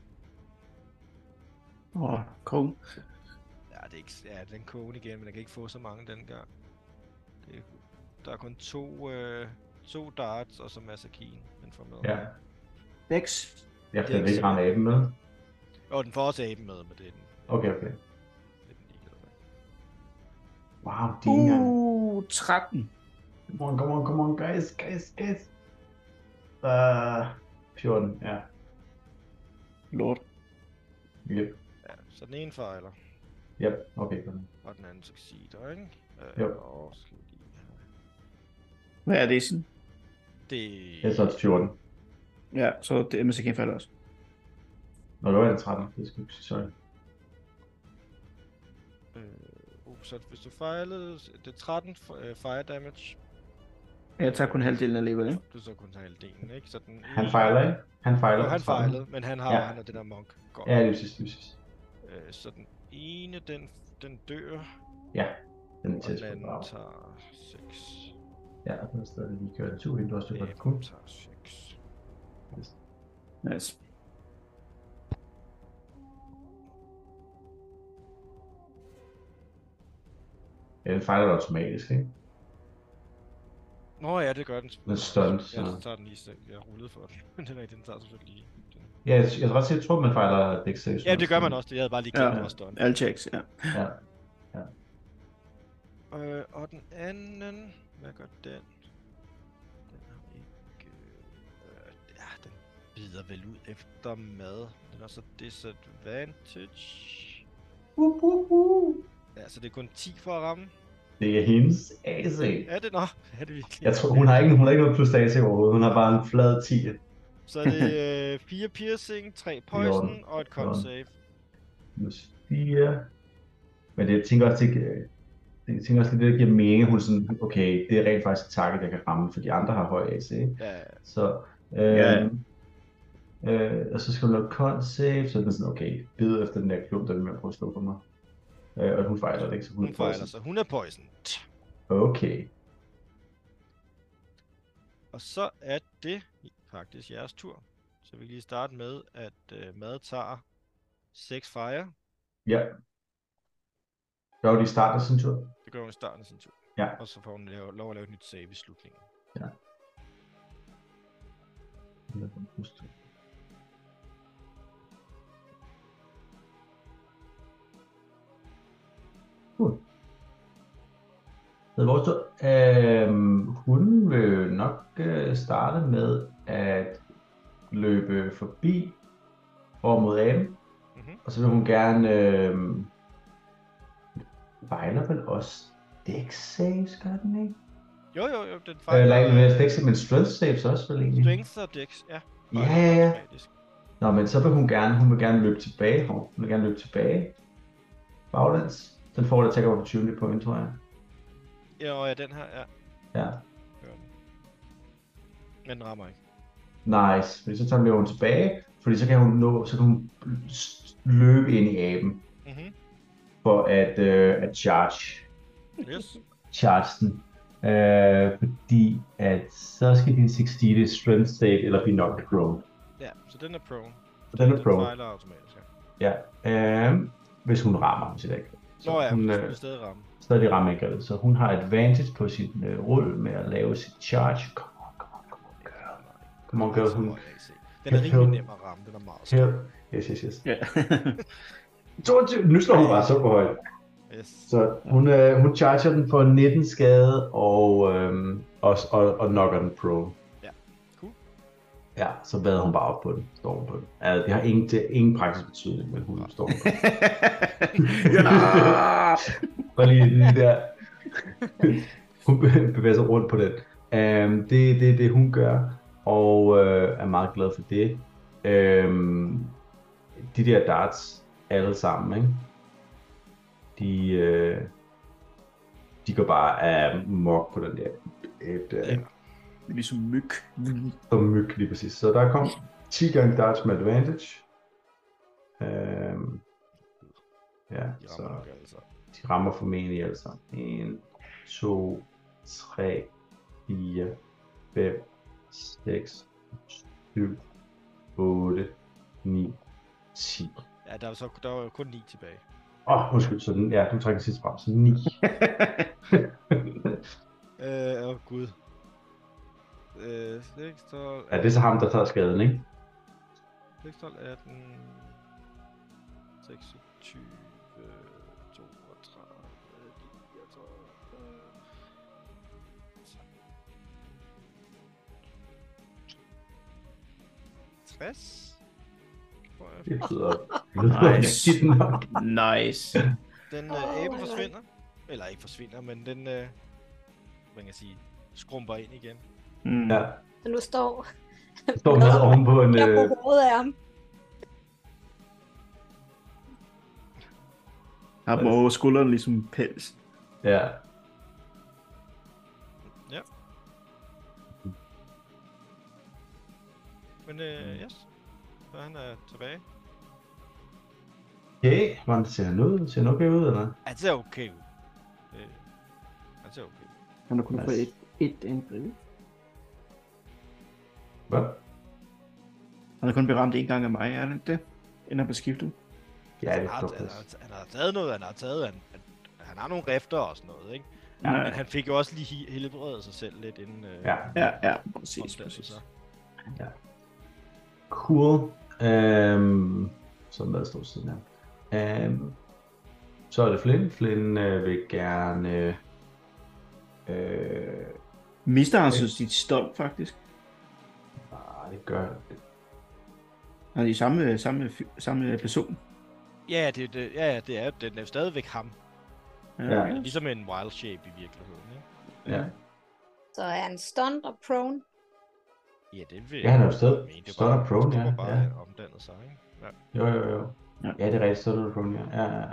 Cool. Ja, det er ikke, den kogen igen, men den kan ikke få så mange den gang. Der er kun to darts og så Masakine, den får med. Ja, Bex. jeg kan ikke ramme aben med. Den får også aben med, men det er den. Okay. Det er den ligeglad med. Wow, Dian. 13. Come on, guys. 14, ja. Lord. Yep, Ja, så den ene fejler, okay. Godt. og den anden succeeder, ikke? Jo. Og skal vi lige have... Hvad er det sådan? Det... Jeg er så 14. Ja, så det MSK falder også. Nå, det var det 13. Det skal jeg sige, sorry. Så hvis du fejlede, det er 13 fire damage. Jeg tager kun halvdelen alligevel, ikke? Du så kun tager halvdelen, ikke? Så den Han fejler, ikke? Han fejler. han 13. fejlede, men han har Ja. det der monk. Godt. Ja, det er sidst. Så den ene, den dør, Ja, den er og til den at anden spille. tager 6. Ja, den er stadig lige kørt en tur, hende du også det var Aben cool. tager 6. Nice. Ja, den fejler automatisk, ikke? Nå ja, det gør den. Den stunt, Ja, så. så tager den lige jeg rullede for den. Men den er den tager selvfølgelig lige. Den. Ja, jeg tror, man fejler Dex Save. Ja, det gør man også. Jeg havde bare lige glemt, Ja. at stå. Alle checks, ja. Ja. Og den anden, hvad gør den? Den har ikke... den bider vel ud efter mad. Den har så disadvantage. Ja, så det er kun 10 for at ramme. Det er hendes AC. Er det? Nå, er det virkelig? Jeg tror, hun har ikke noget plus AC overhovedet. Hun har bare en flad 10. Så er det 4 piercing, 3 poison og et con save. Plus 4. Men det, jeg tænker også, det giver mening. Hun er sådan, okay, det er rent faktisk et target, jeg kan ramme, for de andre har høj AC. Ja, Så, og så skal hun lave con save, så er det sådan, okay, bid efter den der klump, der vil med at prøve at slå på mig. Og hun fejler det ikke, så hun fejler, så hun er poison. Okay. Og så er det faktisk jeres tur. Så vi kan lige starte med, at Mad tager 6 fire. Ja. Gør hun i starten af sin tur? Det gør hun i starten af sin tur. Ja. Og så får hun lov at lave et nyt save i slutningen. Ja. Hun vil nok starte med at løbe forbi over mod aben. Mm-hmm. Og så vil hun gerne fejler vel også Dex saves, gør den ikke? Jo, den fejler... Eller ikke med Dex, men strength saves også vel egentlig? Strength og Dex, ja. Ja. Automatisk. Nå, men så vil hun vil gerne løbe tilbage. Hun vil gerne løbe tilbage. Baglæns. Den får det attack opportunity point, tror jeg. Ja, den her, ja. Ja. Gør den. Men den rammer ikke. Nice. Fordi så løber hun tilbage, fordi så kan hun løbe ind i aben. Mhm. For at charge den. Fordi at så skal de succeed strength save eller be knocked prone. Ja, så den er prone. Den er prone. fejler automatisk, ja. Ja. Hvis hun rammer, hvis det ikke. Nå ja, hun hun skal stadig ramme. stadig rammer ikke, så hun har advantage på sin rulle med at lave sit charge. Come on, girl. Hun... Den er rimelig nem at ramme, den er meget stor. Yes. Ja. 22. Nu slår hun bare så på højt. Yes. Så hun charger den for 19 skade og knocker den prone. Ja, cool. Ja, så vader hun bare op på den, står hun på den. Altså, det har ingen praktisk betydning, men hun står på den. Bare lige der. Hun bevæger sig rundt på den. Det er det, hun gør, og er meget glad for det. De der darts, alle sammen, ikke? De går bare af mok på den der. Ligesom myg. Som myg, lige præcis. Så der kom 10 gange darts med advantage. Ja, så de rammer formentlig alle sammen. 1, 2, 3, 4, 5, 6, 7, 8, 9, 10. Ja, der var kun 9 tilbage. Undskyld, så den, ja, du trækker sidst frem, så 9. Gud. 6, 12, Ja, det er så ham, der tager skaden, ikke? 6, 12, 18, 26, 32, 34, 60. Det lyder Nice. Nice. Den aben forsvinder. Eller ikke forsvinder, men den, man kan sige, skrumper ind igen. Ja. Så nu står med ovenpå en... Jeg på hovedet af ham. Har dem over skulderen ligesom pels. Ja. Ja. Men yes. Så han er tilbage. Okay, hvordan ser han ud? Ser han okay ud, eller? Han ser okay ud. Han ser okay ud. Han har kun fået et indgreb. Hvad? Han har kun beramt en gang af mig, er det ikke det? Inden på skiftet. Ja, det er han har taget noget, han har nogle rifter og sådan noget, ikke? Ja. Men han fik jo også lige helbredet sig selv lidt inden... Ja, præcis. Ja. Cool. Så hvad står siden her? Så er det Flynn. Flynn vil gerne... Mister han så sit stolp, faktisk? Nej, det gør det. Er de samme person? Ja, det er jo den er jo stadigvæk ham. Ja. Ligesom en wild shape i virkeligheden, ikke? Ja. Så er han stunned og prone. Ja, det vil Ja, han er jo stadig stunned og prone, ja. Det var bare omdannet sig, ikke? Ja. Jo. Ja, det er rigtigt, stunned og prone,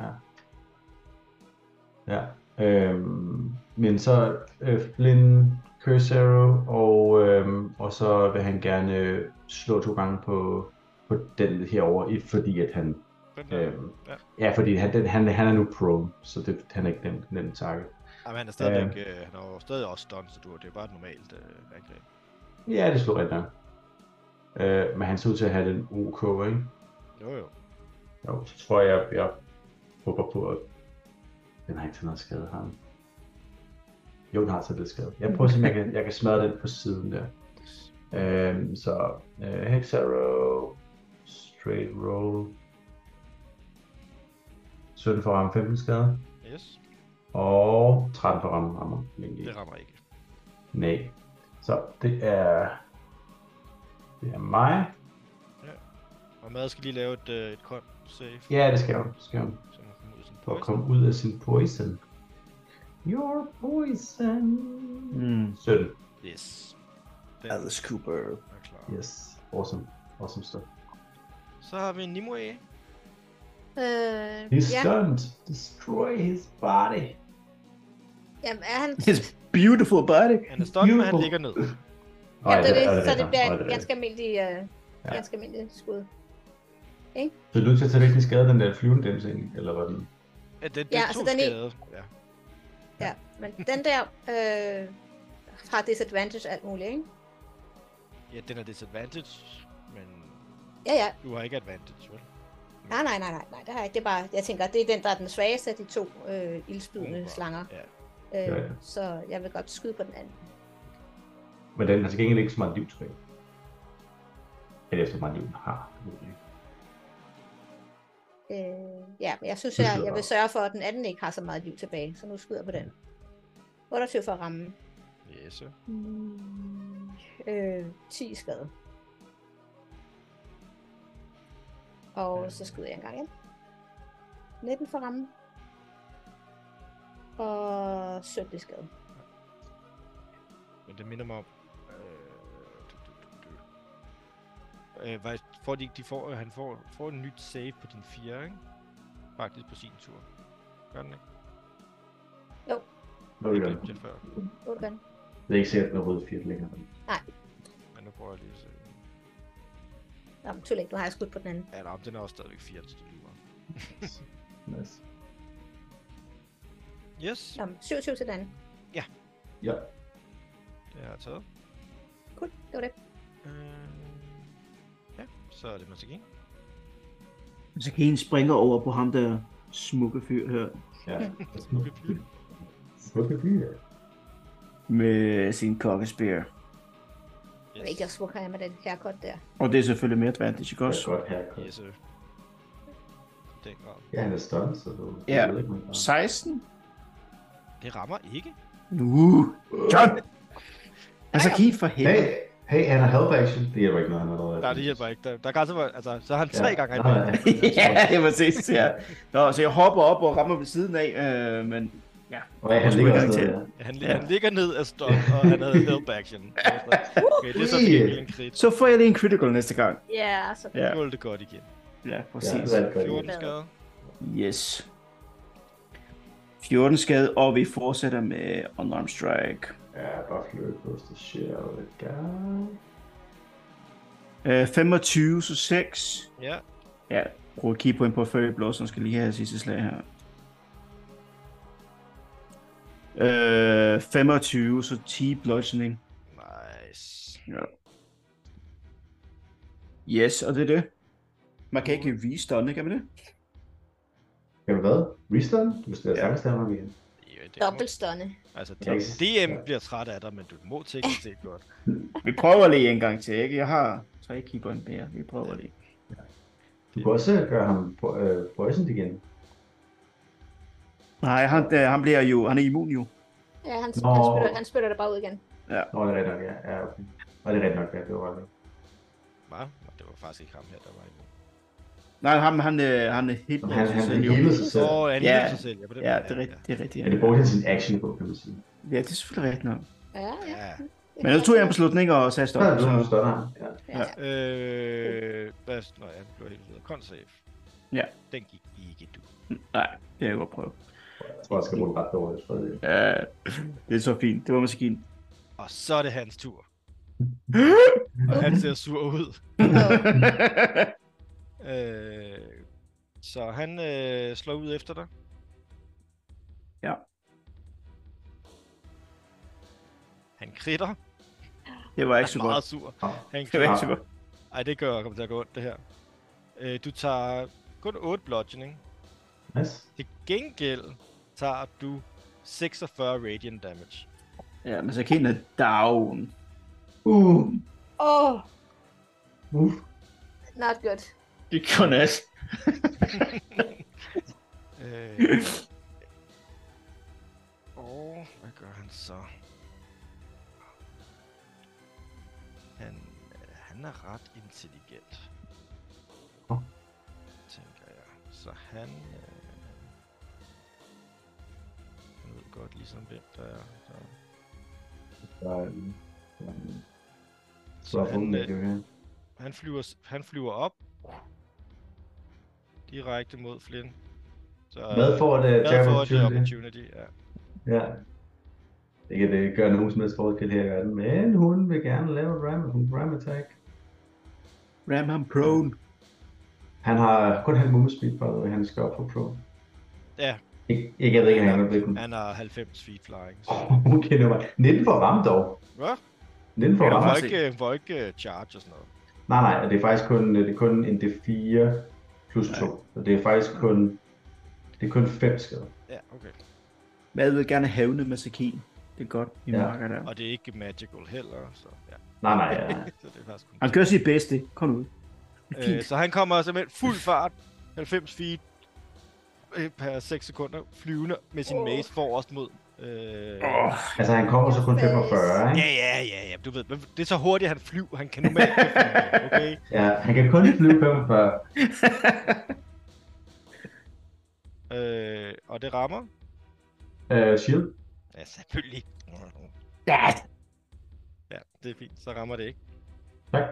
ja. Men så Flynn Cursero, og så vil han gerne slå 2 gange på den herovre, fordi at han... fordi han er nu prone, så han er ikke den target. Jamen, han er stadigvæk, han er jo stadig også stunned, så det er bare et normalt angreb. Ja, det slår rigtig nok. Men han ser ud til at have den OK, ikke? Jo, så tror jeg håber på, at den har ikke taget noget skade ham. Jo, den har taget lidt skade. Jeg prøver at se, om jeg kan smadre den på siden der. Så Hexarrow, straight roll. 17 for at ramme 15 skade. Yes. Og 13 for at ramme rammer. Det rammer ikke. Nej. Så det er mig. Ja. Og Mad skal lige lave et con save. Ja, det skal hun. For at komme ud af sin poison. Your poison. 17. Yes. Alice Cooper. Er klar. Yes. Awesome stuff. Så har vi Nimue. He's stunned. Destroy his body. Jamen, er han... His beautiful body. Han er stunned, men han ligger ned. Ja, så det bliver en ganske almindelig skud. Ikke? Så er du nødt til at tage rigtig skade den der flyvende dem egentlig, eller var den? Ja, det Ja, er altså to den skade. Ja, men den der har disadvantage alt muligt, ikke? Ja, den er disadvantage, men Ja. du har ikke advantage, vel? Nej, det har jeg ikke. Det er bare, jeg tænker, det er den, der er den svageste af de 2 ildspydende slanger. Ja. Så jeg vil godt skyde på den anden. Men den har til gengæld ikke så meget liv tilbage. Eller efter meget liv den har. Ja, men jeg synes, jeg vil sørge for, at den anden ikke har så meget liv tilbage, så nu skyder jeg på den. 28 for at ramme. Yes. 10 skade. Og så skyder jeg en gang igen. 19 for at ramme. Og 17 skade. Men det minder mig om... han får en nyt save på din 4, ikke? Faktisk på sin tur. Gør den ikke? Jo. Nå, det gør Det den. før. Det er ikke sikkert, at den er rød 4 længere. Nej. Men nu prøver jeg lige at se. Nå, men tydeligt, nu har jeg skudt på den anden. Ja, den er også stadigvæk 4, hvis du lyver. Nice. Yes. Nå, 27 til den anden. Ja. Det har jeg taget. Cool, det var det. Ja, så er det Masakine. Masakine springer over på ham der smukke fyr her. Ja. Smukke fyr. Smukke fyr. Med sin kokkespær. Jeg ved ikke, hvor smuk han er med den haircut der. Og det er selvfølgelig mere advantage, ikke også? Det er godt haircut. Yes, sir. I den grad. Ja, han er stunt, så du... Ja. ved ikke, man 16? Det rammer ikke. John! Masakine for helvede. Hey, han har help action. Det hjælper ikke noget, han har lavet. Nej, det hjælper ikke. Der kan altså, så har han 3 gange nej, han Ja, det var sidst, ja. Nå, så jeg hopper op og rammer ved siden af, men ja. Og han ligger gang også til. der. Han ligger ned af stop, og han havde help action. Okay, det er så fint en crit. Så får jeg lige en critical næste gang. Ja, så Ja. Nu er det godt igen. Ja, Ja, præcis. det er godt. 14 skade. Yes. 14 skade, og vi fortsætter med unarmed strike. Ja, Buffalo goes to shit out of the guy. 25, så 6. Ja. Ja, brug et keypoint på Furry Blow, så skal lige have sidste slag her. 25, så 10 bludgeoning. Nice. Ja. Yes, og det er det. Man kan ikke restunne, kan man det? Kan du hvad? Restun? Du skal sagtens tage mig igen. dobbelt stunne. Altså, Yes. DM bliver træt af dig, men du må teknisk set godt. Vi prøver lige en gang til, ikke? Jeg har 3 keypoint mere. Vi prøver lige. Du kan også gøre ham poisoned igen. Nej, han er immun jo. Ja, han spytter det bare ud igen. Ja. Nå, det er rigtigt nok, ja. Ja, okay. Og det er rigtigt nok, ja. Det var ret. Hvad? Det var faktisk ikke ham her, der var imod. Nej, han er helt på Han sig selv, jo. healede sig selv. Han Ja. healede sig selv. Ja, på den Ja, måde, det er rigtigt. Det er rigtigt. Ja, det brugte han sin action på, kan man sige. Ja, det er selvfølgelig rigtigt nok. Ja, ja. Ja. Men nu tog jeg en beslutning og sagde stop. Så er det Så... nogen større ham. Ja. Ja. Nå ja, det blev helt videre. Con-save. Ja. Den gik ikke, du. Nej, det kan jeg godt prøve. Jeg tror, jeg skal bruge ret dårligt for det. Ja, det er så fint. Det var maskinen. Og så er det hans tur. Og han ser sur ud. Så han slår ud efter dig. Ja. Han kritter. Det var ikke så Meget godt. sur. Han Det var kritter. ikke så godt. Ej, det kommer til at gå ondt, det her. Du tager kun 8 bludgeoning. Nice. Til gengæld tager du 46 radiant damage. Ja, men så kan er down. Oh, not good. Det kunne næst. Og hvad gør han så? Han er ret intelligent. Tænker jeg. Så han ved godt ligesom hvem der er. Så han flyver op direkte mod Flynn. Så Hvad får det? hvad får det opportunity? Ja. Ja. Det kan det gøre nogen som helst forskel her i verden, men hun vil gerne lave et ram attack. Ram ham prone. Han har kun halv movement speed, for at han skal op på prone. Ja. Jeg ved ikke, han er blikken. Han har 90 feet flying. Okay, nu var 19 for at ramme dog. Hvad? 19 for at ramme. Han får ikke charge og sådan noget. Nej, det er faktisk kun en D4 plus 2. Så det er faktisk kun 5 skader. Ja, okay. Men jeg vil gerne havne med Sakin. Det er godt, vi marker der. Og det er ikke magical heller, så ja. Nej. Så det er faktisk kun... Han gør sit bedste. Kom ud. Så han kommer simpelthen fuld fart 90 feet per 6 sekunder flyvende med sin mace forrest mod... Altså, han kommer så kun 45, ikke? Ja, du ved, det er så hurtigt, han flyver. Han kan normalt ikke flyve, okay? Ja, han kan kun flyve 45. Og det rammer? Shield. Ja, selvfølgelig. Ja. Ja, det er fint. Så rammer det ikke. Tak.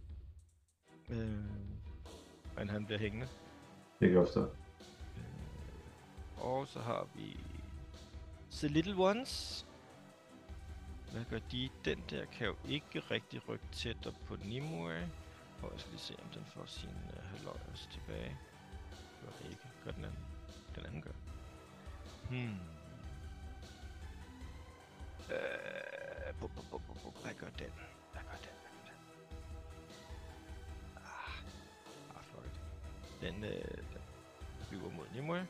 Men han bliver hængende. Det kan jeg forstå. Og så har vi The Little Ones. Hvad gør de? Den der kan jo ikke rigtig rykke tættere på Nimue. Og jeg skal lige se, om den får sin halvøjers tilbage. Gør det ikke. Gør den anden. Den anden gør. Hvad gør den? Fuck it. Den flyver mod Nimue.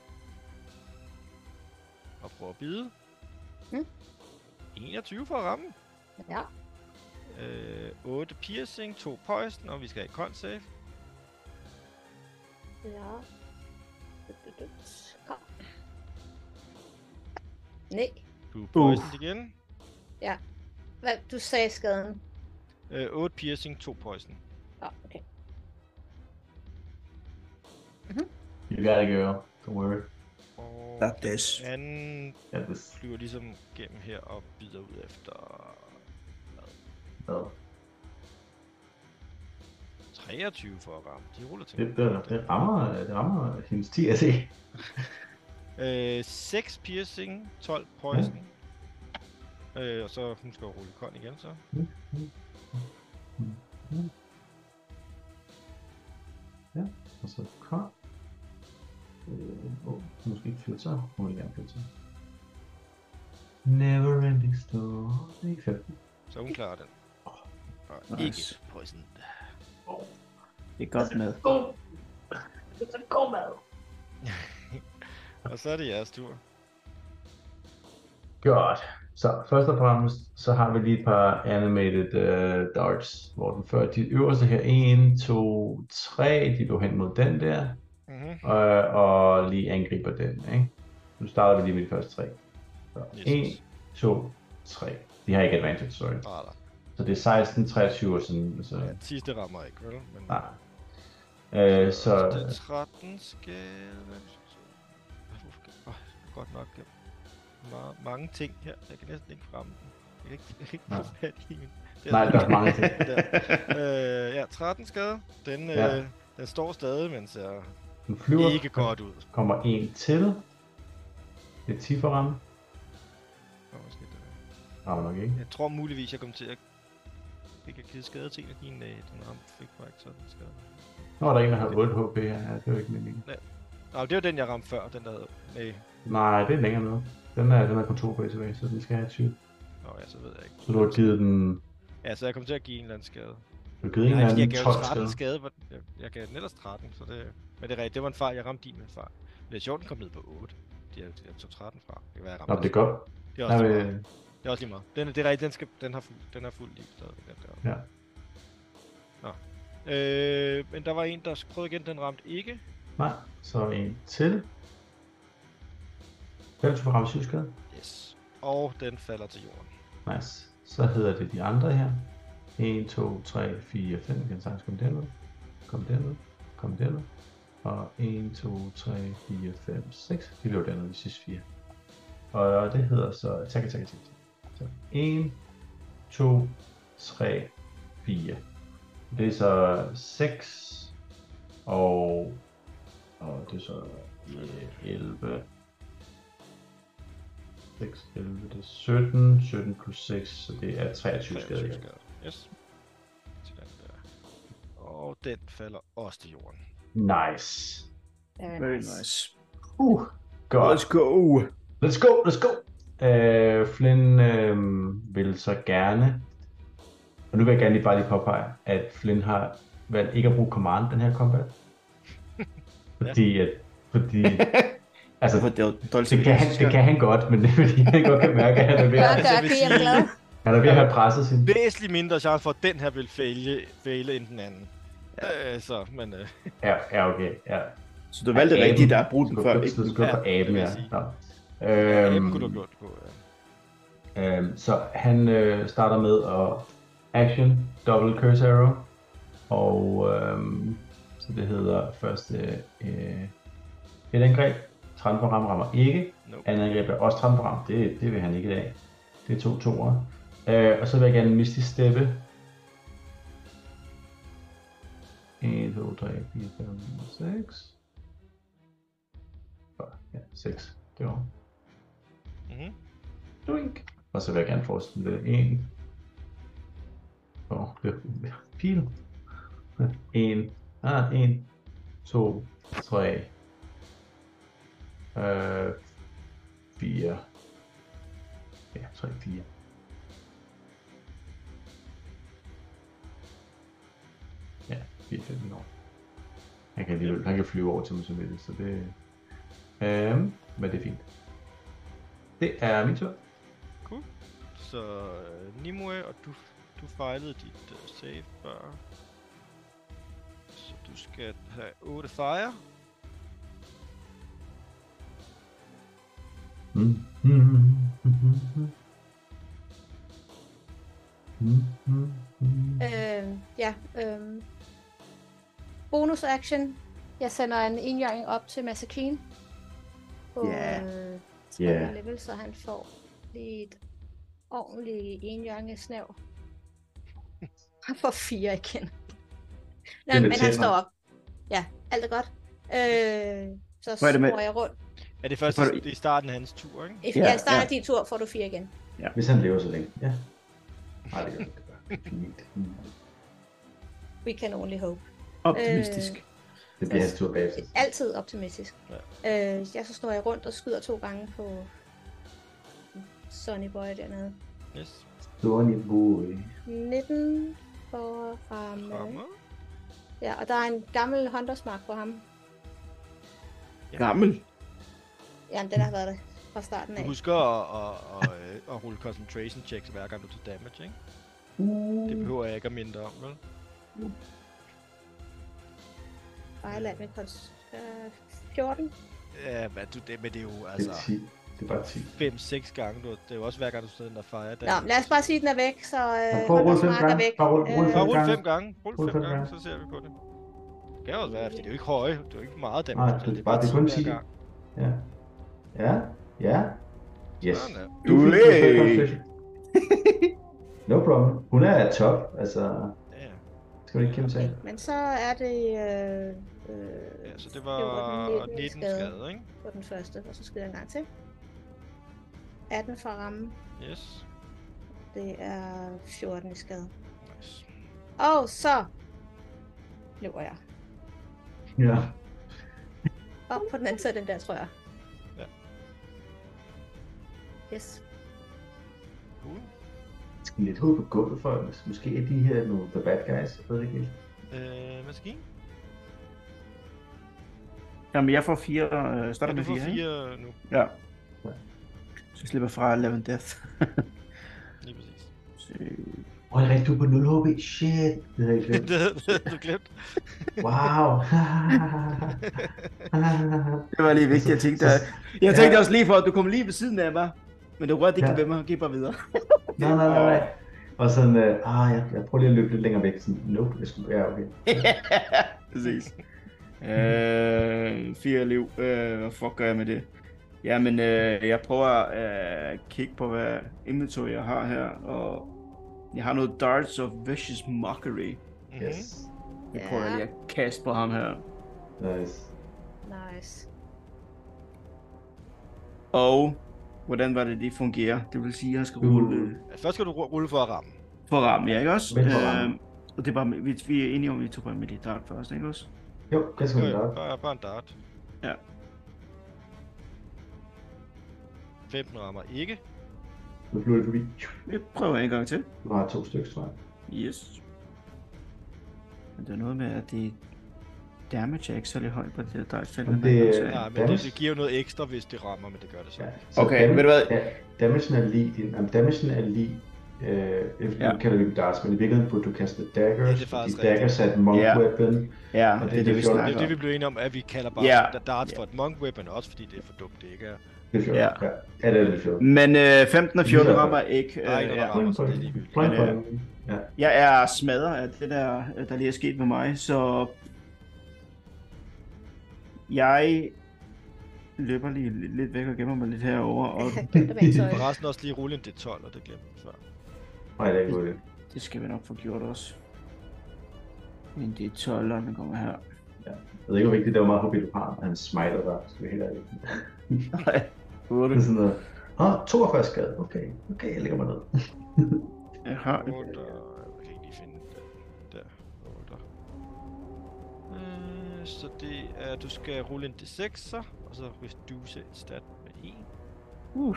Og prøver at bide. 21 for at ramme. Ja. 8 piercing, 2 poison, og vi skal have con save. Ja. Kom. Nej. Du er poisoned igen. Ja. Hvad? Du sagde skaden? 8 piercing, 2 poison. Ja, okay. You gotta go. Don't worry. Og That this. anden Ja, det flyver ligesom gennem her og bider ud efter... hvad? 23 for at ramme. De ruller til. Det rammer hendes 10 AC. 6 piercing, 12 poison. Og så hun skal rulle con igen så. Ja, og så con. Måske ikke filter. Hun vil gerne filter. Never ending story. 15. Så hun klarer den. Og Nice. ikke poison. Det er godt med. Det er så god mad. Og så er det jeres tur. Godt. Så først og fremmest, så har vi lige et par animated darts, hvor den før de øverste her, 1, 2, 3, de går hen mod den der, og lige angriber den, ikke? Nu starter vi lige med de første 3. Så 1, 2, 3. De har ikke advantage, sorry. Så det er 16, 23 og sådan. Så... Ja, sidste rammer ikke, vel? Men... Nej. Så... Det er 13 skade. Godt nok mange ting her. Jeg kan næsten ikke fremme den. Jeg kan ikke få fat i den. Nej, der er mange ting. Ja, 13 skade. Den står stadig, men ser den flyver, ikke godt ud. Kommer en til. Det er 10 for ramme. Nok ikke. Jeg tror muligvis, jeg kommer til at fik jeg givet skade til en af dine. Den ramte fik faktisk sådan en skade. Nå, der er en, der har 8 HP her. Ja, det var ikke meningen. Nej, det var den, jeg ramte før. Den der med... Nej, det er længere nede. Den er kun 2 på tilbage, så den skal have 20. Nå ja, så ved jeg ikke. Så du har givet den... Ja, så jeg kommer til at give en eller anden skade. Du har givet en eller anden 12 skade. skade. Jeg gav den ellers 13, så det... Men det er rigtigt, det var en fejl. Jeg ramte din med en fejl. Det er sjovt, den kom ned på 8. Jeg tog 13 fra. Det kan være, jeg ramte. Nå, det er godt. Det er også lige meget. Det er også lige meget. Det er rigtigt, den har fuld liv stadigvæk. Ja. Nå. Men der var en, der prøvede igen, den ramte ikke. Nej, så en til. Hvem skal ramme 7 skade? Yes. Og den falder til jorden. Nice. Så hedder det de andre her. 1, 2, 3, 4, 5. Vi kan sagtens komme derned. Kom derned. Og 1, 2, 3, 4, 5, 6. De løber dernede de sidste 4. Og det hedder så attack. Så 1, 2, 3, 4. Det er så 6. Og det er så 11. 6, 11, det er 17. 17 plus 6, så det er 23 skade. Yes. Til den der. Og den falder også til jorden. Nice. Very nice. Godt. Let's go. Flynn vil så gerne, og nu vil jeg gerne lige bare lige påpege, at Flynn har valgt ikke at bruge command den her combat. Fordi altså, det kan han godt, men det er fordi, han godt kan mærke, at han er ved at have presset sin... Væsentligt mindre chance for, at den her vil faile end den anden. Så, men... Ja, okay, ja. Så du valgte rigtigt, der er brugt den før. Du skal på aben, ja. Aben kunne du gjort på, Så han starter med at action, double curse arrow, og så det hedder første et angreb, 13 for ram rammer ikke, andet angreb er også 13 for ram, det vil han ikke i dag, det er 2 toer, og så vil jeg gerne Misty steppe, 1, 2, 3, 4, 5, 6, ja, 6, det var. Doink. Og så vil jeg gerne forestille det 1. Pil. 1, 2, 3, 4. Ja, 3, 4. Ja, 4, 5 år. Han kan flyve over til mig som det, så det... men det er fint. Det er min tur. Cool. Så Nimue, og du fejlede dit save før. Så du skal have 8 fire. Bonus action. Jeg sender en enhjørning op til Masakine på 3. level, så han får lige et ordentligt enhjørningesnæv. Han får 4 igen. Nej, men han står op. Ja, alt er godt. Så skruer jeg rundt. Er det først i starten af hans tur, ikke? Ja, i starten af din tur får du 4 igen. Ja. Hvis han lever så længe. Ja. Nej, det gør det. We can only hope. Optimistisk. Det bliver hans tur bagefter. Altid optimistisk. Ja. Så står jeg rundt og skyder 2 gange på Sonny Boy dernede. Yes. Sonny Boy. 19 for ramme. Ja, og der er en gammel Hunters Mark på ham. Ja. Gammel? Ja, den har været der fra starten af. Du husker at rulle concentration checks hver gang du tager damage, ikke? Det behøver jeg ikke at minde om, vel? Fejland med 14. Ja, men det er jo altså... Det er bare 10. 5-6 gange. Det er jo også hver gang, du sidder den der fejrer. Nå, lad os bare sige, at den er væk, så... Rulle 5 gange. Rulle 5 gange. Rulle 5 gange, så ser vi på det. Det kan også være, fordi det er jo ikke høje. Det er jo ikke meget damage. Nej, det er bare 10 kun 10. Ja. Yes. Du No problem. Hun er top, altså... Skal du ikke kæmpe sig? Men så er det... ja, så det var 19 skade, ikke? På den første, og så skyder jeg en gang til. 18 for ramme. Yes. Det er 14 i skade. Nice. Og så løber jeg. Ja. Op på den anden side af den der, tror jeg. Ja. Yes. Cool. Jeg skal lidt hoved på gulvet for, måske er de her nogle the bad guys, jeg ved ikke helt. Maskine? Jamen jeg får 4, starter med 4, ikke? 4 nu. Ja. Så slipper fra 11 death. Lige præcis. Det er rigtigt, du er på 0 HP, shit! Det havde jeg glemt. det havde du glemt. Wow! Det var lige vigtigt, jeg tænkte. Jeg tænkte også lige for, at du kom lige ved siden af mig. Men du rørte ikke ved mig, gik bare videre. Nej. Og sådan, jeg prøver lige at løbe lidt længere væk. Sådan, nope, jeg skulle være okay. Præcis. 4 liv. Hvad fuck gør jeg med det? Jamen, jeg prøver at kigge på, hvad inventory jeg har her. Og jeg har noget Darts of Vicious Mockery. Yes. Jeg prøver lige at kaste på ham her. Nice. Og hvordan var det fungerer? Det vil sige, at jeg skal rulle... Først skal du rulle for at ramme. For at ramme, ja, ikke også? Og det er bare, vi er enige om, at vi tog bare med det dart først, ikke også? Jo, det skal vi dart. Bare en dart. Ja. 15 rammer ikke. Nu flyver det forbi. Vi prøver en gang til. Du har 2 stykker, tror jeg. Yes. Men det er noget med, at det damage er ikke så lidt højt på det der dart. Nej, men det giver jo noget ekstra, hvis det rammer, men det gør det så. Ja, så okay, ved du hvad? Damagen er lige kalder vi dem darts, men i virkeligheden burde du kaste daggers, Ja, det er faktisk fordi daggers er et monk weapon. Ja, og det er det, vi snakker Det er det, vi om. blev enige om, at vi kalder bare darts for et monk weapon, også fordi det er for dumt, det ikke er. Det er fjort. Ja, det er det fjort. Men 15 og 14 rammer ikke. Nej, ikke noget, der rammer, så det er ligegyldigt. Ja. Jeg er smadret af det der lige er sket med mig, så jeg løber lige lidt væk og gemmer mig lidt herover og Og resten også lige rulle en D12, og det glemte vi før. Nej, det er en god idé. det skal vi nok få gjort også. En D12, og den kommer her. Ja. Jeg ved ikke, hvor vigtigt det var meget hurtigt, du har, han smiter der, så det er helt ærligt. Nej, Det er sådan noget. 42 skade, okay, jeg lægger mig ned. jeg har 8, jeg kan ikke lige finde den der. 8. Så det er, du skal rulle en D6'er, og så reduce et stat med 1.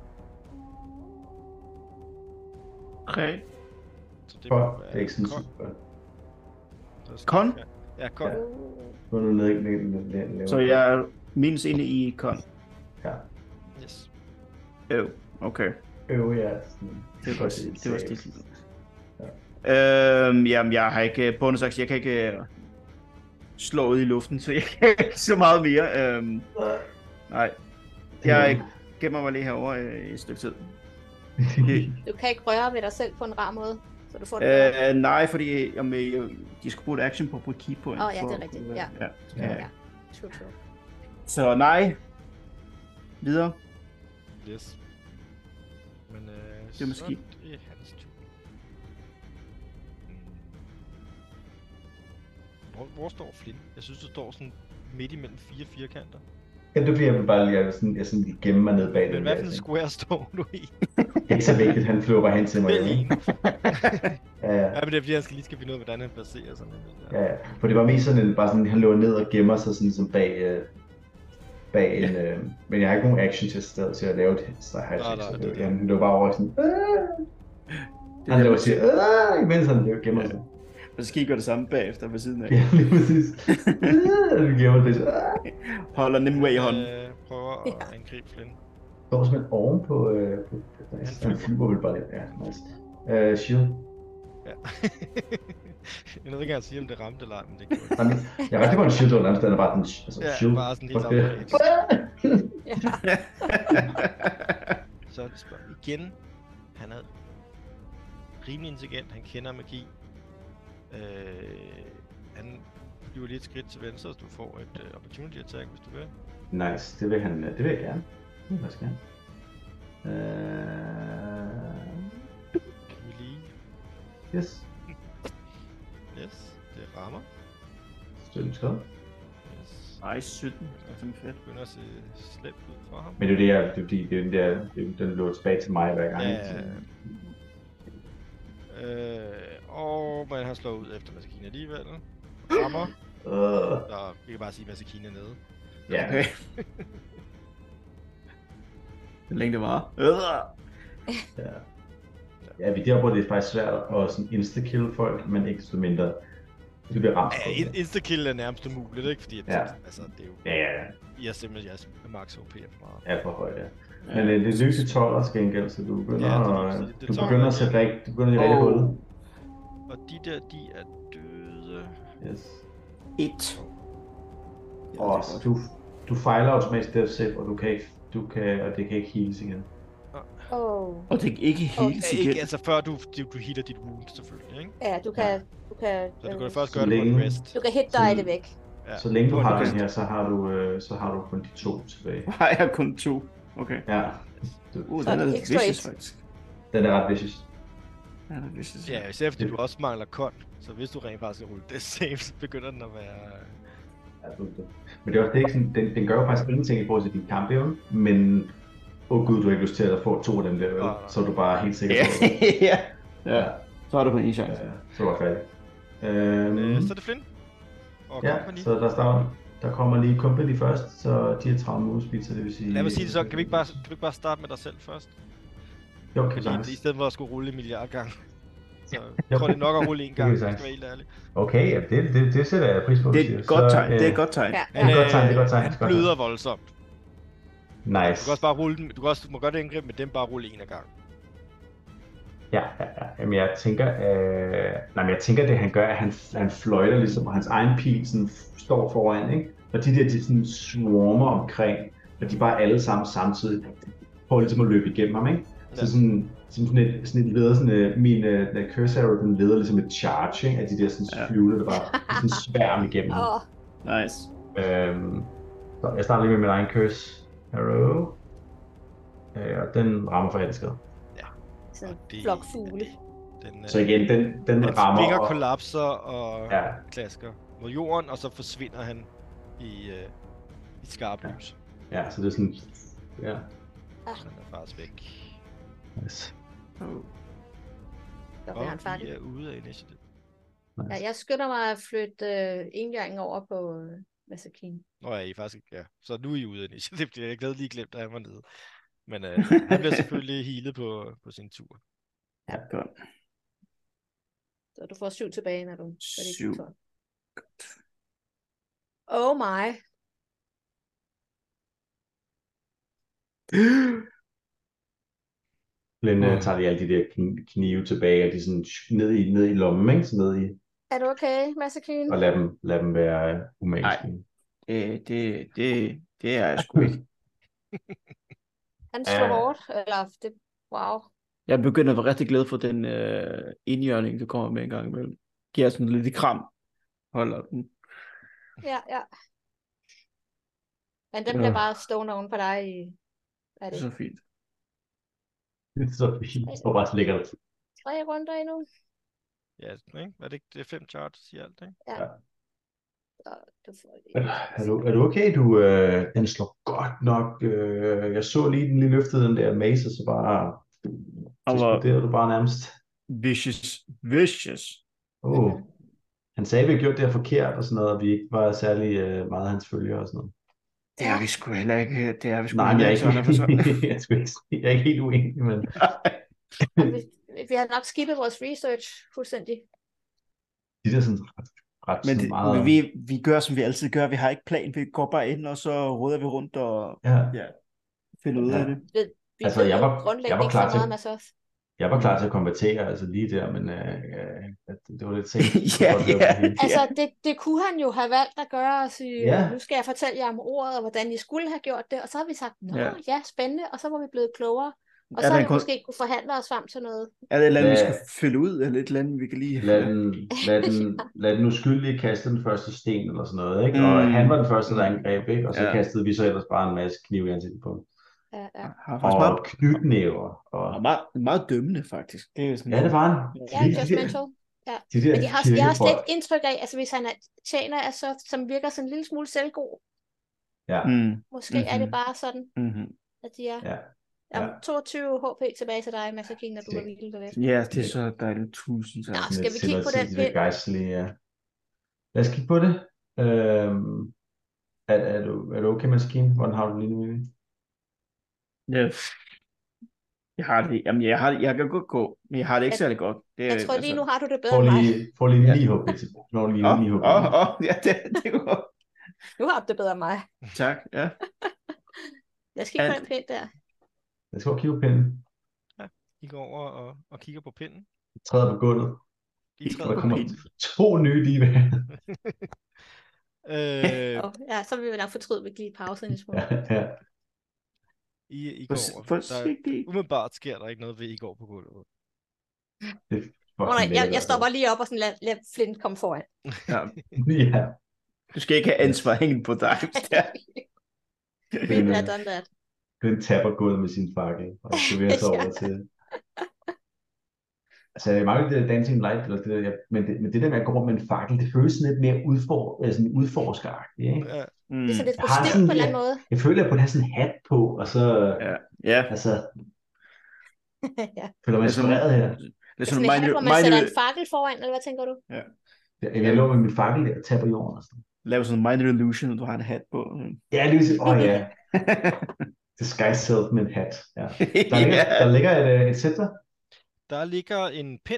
Okay. Så det Det må er ikke sådan kon. super. Kon? Ja, kon. Ja. Nu er du nede. Så jeg er minus inde i kon. Ja. Yes. Okay. Ja. Det var stilt. Jamen, jeg har ikke bonusaks, jeg kan ikke slå ud i luften, så jeg kan ikke så meget mere. Nej. Jeg gemmer mig lige herover i et stykke tid. Du kan ikke røre ved dig selv på en rar måde, så du får det. Nej, fordi de skulle bruge et action på et key point. Ja, det er rigtigt. Ja. True. Så nej. Videre. Yes. Men det er måske. Det er hans tur. Hvor står Flynn? Jeg synes, du står sådan midt imellem 4 firkanter. Ja, det bliver jeg bare lige, jeg sådan lige gemmer mig ned bag den. Men hvad for en square står du i? Det er ikke så vigtigt, han flyver bare hen til mig. Ja, men det er fordi, han lige skal finde ud af, hvordan han placerer sådan en. Ja, for det var mest sådan, bare sådan, han løber ned og gemmer sig sådan som bag en, men jeg har ikke nogen action til stedet til at lave det, så han løber bare over sådan, han løber og siger, imens han gemmer sig. Og så skal I gøre det samme bagefter ved siden af. Ja, lige præcis. Vi gemmer det så. Holder Nimue i hånden. Prøver at angribe Flynn. Står simpelthen oven på han flyver vel bare lidt. Ja, nice. Shield. Ja. Jeg ved ikke engang sige, om det ramte eller ej, men det gjorde det. Jeg er rigtig på en shield, og den er bare den shield. Ja, bare sådan helt automatisk. Så er det spørgsmål. Igen, han er rimelig intelligent, han kender magi. Han flyver lige et skridt til venstre, så du får et opportunity attack, hvis du vil. Nice, det vil jeg gerne. Det vil jeg gerne. Kan vi lige? Yes. Yes, det rammer. Støtten skade. Yes. Nice, 17. Det er fedt. Begynder at se slemt ud for ham. Men det er det, den løber tilbage til mig hver gang. Og man har slået ud efter Masakine alligevel. Rammer. Så vi kan bare sige Masakine nede. Ja. Okay. Hvor længe det var. Ja, vi der, hvor det er faktisk svært at sådan insta-kill folk, men ikke så mindre. Det bliver ramt. Ja, insta-kill er nærmest umuligt, ikke? Fordi altså, det er jo... Ja. I har simpelthen jeres max HP for meget. Ja, for højt, ja. Men det er lyse 12 også gengæld, så du begynder, du begynder at sætte rigtig hullet. Og de der, de er døde. Yes. 1. Og du fejler automatisk death save, og og det kan ikke heales igen. Og det kan ikke heales igen. Ikke, altså før du healer dit wound selvfølgelig, ikke? Ja, du kan... Så du kan først gøre det på en rest. Du kan hit dig det væk. Ja. Så længe du har den her, så har du kun de 2 tilbage. Har jeg kun 2? Okay. Ja. Den er lidt vicious faktisk. Den er ret vicious. Ja, især fordi du også mangler kon, så hvis du rent faktisk skal rulle det save, så begynder den at være... Ja, men det er også ikke sådan, den gør jo faktisk ingenting i forhold til din kampevne, men gud, du har ikke lyst til at få 2 af dem der, så er du bare helt sikker på det. Ja, så har du kun en chance. Ja, så er du færdig. Så er det Flynn. Og ja, company. Så der kommer lige company først, så de har 30 move speed, så det vil sige... Lad mig sige det så, kan vi ikke bare starte med dig selv først? Jo, i stedet for at skulle rulle en milliard gange. Så jeg tror, det er nok at rulle en gang, skal være helt ærlig. Okay, ja, det sætter jeg pris på. Det er et godt tegn, det er et godt tegn. Det er et godt tegn. Han bløder voldsomt. Nice. Du kan også bare rulle den, må godt angribe med dem, bare rulle en af gang. Jamen, jeg tænker, jeg tænker, det han gør, at han fløjter ligesom, og hans egen pil sådan, står foran, ikke? Og de der, de sådan swarmer omkring, og de bare alle sammen samtidig prøver ligesom at løbe igennem ham, ikke? Ja. Så sådan et leder, sådan min curse arrow, den leder ligesom et charge, ikke? Af de der sådan flyvende, der bare sådan sværm igennem ham. Nice. Så jeg starter lige med min egen curse arrow. Og den rammer for alt skade. Sådan en flok fugle. Så igen, den rammer... Vinger kollapser og klasker mod jorden, og så forsvinder han i skarpt lys. Ja, så det er sådan... Ja. Han er faktisk væk. Yes. Så bliver han færdig. Vi er ude af initiativ. Nice. Ja, jeg skynder mig at flytte indgangen over på Masakine. Nå ja, I er faktisk ikke, så nu er I ude af initiativ. Jeg havde lige glemt, at han var nede. Men han bliver selvfølgelig healet på sin tur. Ja, godt. Så du får 7 tilbage, når du... 7. Godt. Oh my. Flynn tager lige alle de der knive tilbage, og de er sådan ned i lommen, ikke? Så ned i... Er du okay, Masakine? Og lad dem være umagiske. Nej, det er jeg sgu ikke. Han slår hårdt, eller det... Wow. Jeg begynder at være rigtig glad for den indjørning, du kommer med en gang imellem. Giver sådan lidt i kram. Holder den. Ja. Men den bliver bare stående oven på dig i... Hvad er det? Så fint. Det er så fint. Det er bare så lækkert. 3 runder endnu. Ja, ikke? Er det ikke 5 charges i alt, ikke? Ja. Så du får det. Er du okay? Den slår godt nok. Jeg så lige den lige løftede den der mace, så bare... eksploderede du bare nærmest. Vicious. Han sagde, at vi havde gjort det her forkert og sådan noget, og vi ikke var særlig meget hans følgere og sådan noget. Det er vi sgu heller ikke. Det er vi sgu Nej, jeg er ikke helt uenig, men... vi har nok skippet vores research fuldstændig. De der sådan ret men meget... vi gør, som vi altid gør. Vi har ikke plan. Vi går bare ind, og så råder vi rundt og finder ud af det. Jeg var klar til... Meget med Jeg var klar til at konvertere, altså lige der, men det var lidt sent. Altså, det kunne han jo have valgt at gøre og sige, nu skal jeg fortælle jer om ordet, og hvordan I skulle have gjort det, og så har vi sagt, spændende, og så var vi blevet klogere, og så har vi måske kunne forhandle os frem til noget. Er det et eller andet, vi skal fylde ud, eller et eller andet, vi kan lige... Lad den uskyldige kaste den første sten, eller sådan noget, ikke? Og han var den første, der angreb, ikke? Og så kastede vi så ellers bare en masse kniv i ansigtet på. Og knytnæver. Og meget dømmende, faktisk. Det er sådan det var han. Judgmental. Ja. Men jeg har slet indtryk af, altså hvis han tjener, altså, som virker sådan en lille smule selvgod. Ja. Måske er det bare sådan, at de er... 22 HP tilbage til dig, Masakine, når du har hvilet lidt. Ja, det er så dejligt. Tusind tak. Skal vi kigge på den pind? Lad os kigge på det. Er du okay, Masakine? Hvordan har du lige nu? Ja. Jeg kan godt gå, men jeg har det ikke særlig godt. Jeg tror lige nu har du det bedre end mig. Får lige 9 HP til. Ja, det går. Nu har du det bedre end mig. Tak, ja. Lad os kigge på den pind der. Lad os gå og kigge på pinden. Ja, I går over og kigger på pinden. Træder på gulvet. Der kommer 2 nye lige ved. Så vil vi nok fortryde, at vi giver pausen i små. Ja. I går. Umiddelbart sker der ikke noget ved, I går på gulvet. Jeg stopper lige op og sådan lad Flint komme foran. Ja. Du skal ikke have ansvar hængende på dig. Den tapper gulvet med sin fakkel og bevæger sig over til... Altså, jeg mangler det der Dancing Light, eller det der, men det der med at gå rundt med en fakkel, det føles sådan lidt mere udforskeragtigt, ikke? Ja. Det er så lidt for stift på en eller anden måde. Jeg føler, at jeg burde have sådan en hat på, og så... Altså... Føler mig inspireret her. Det er sådan en hat, hvor man sætter en fakkel foran, eller hvad tænker du? Ja. Jeg lå med min fakkel der og tapper jorden og sådan. Lav sådan en minor illusion, når du har en hat på. Ja, det vil sige, ja. Disguise self med en hat. Ja. Der ligger et scepter. Der ligger en pind.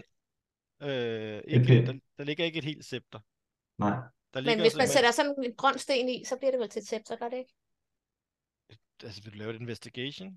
Der ligger ikke et helt scepter. Nej. Men hvis man sætter sådan en grøn sten i, så bliver det vel til et scepter, gør det ikke? Altså, vil du lave et investigation?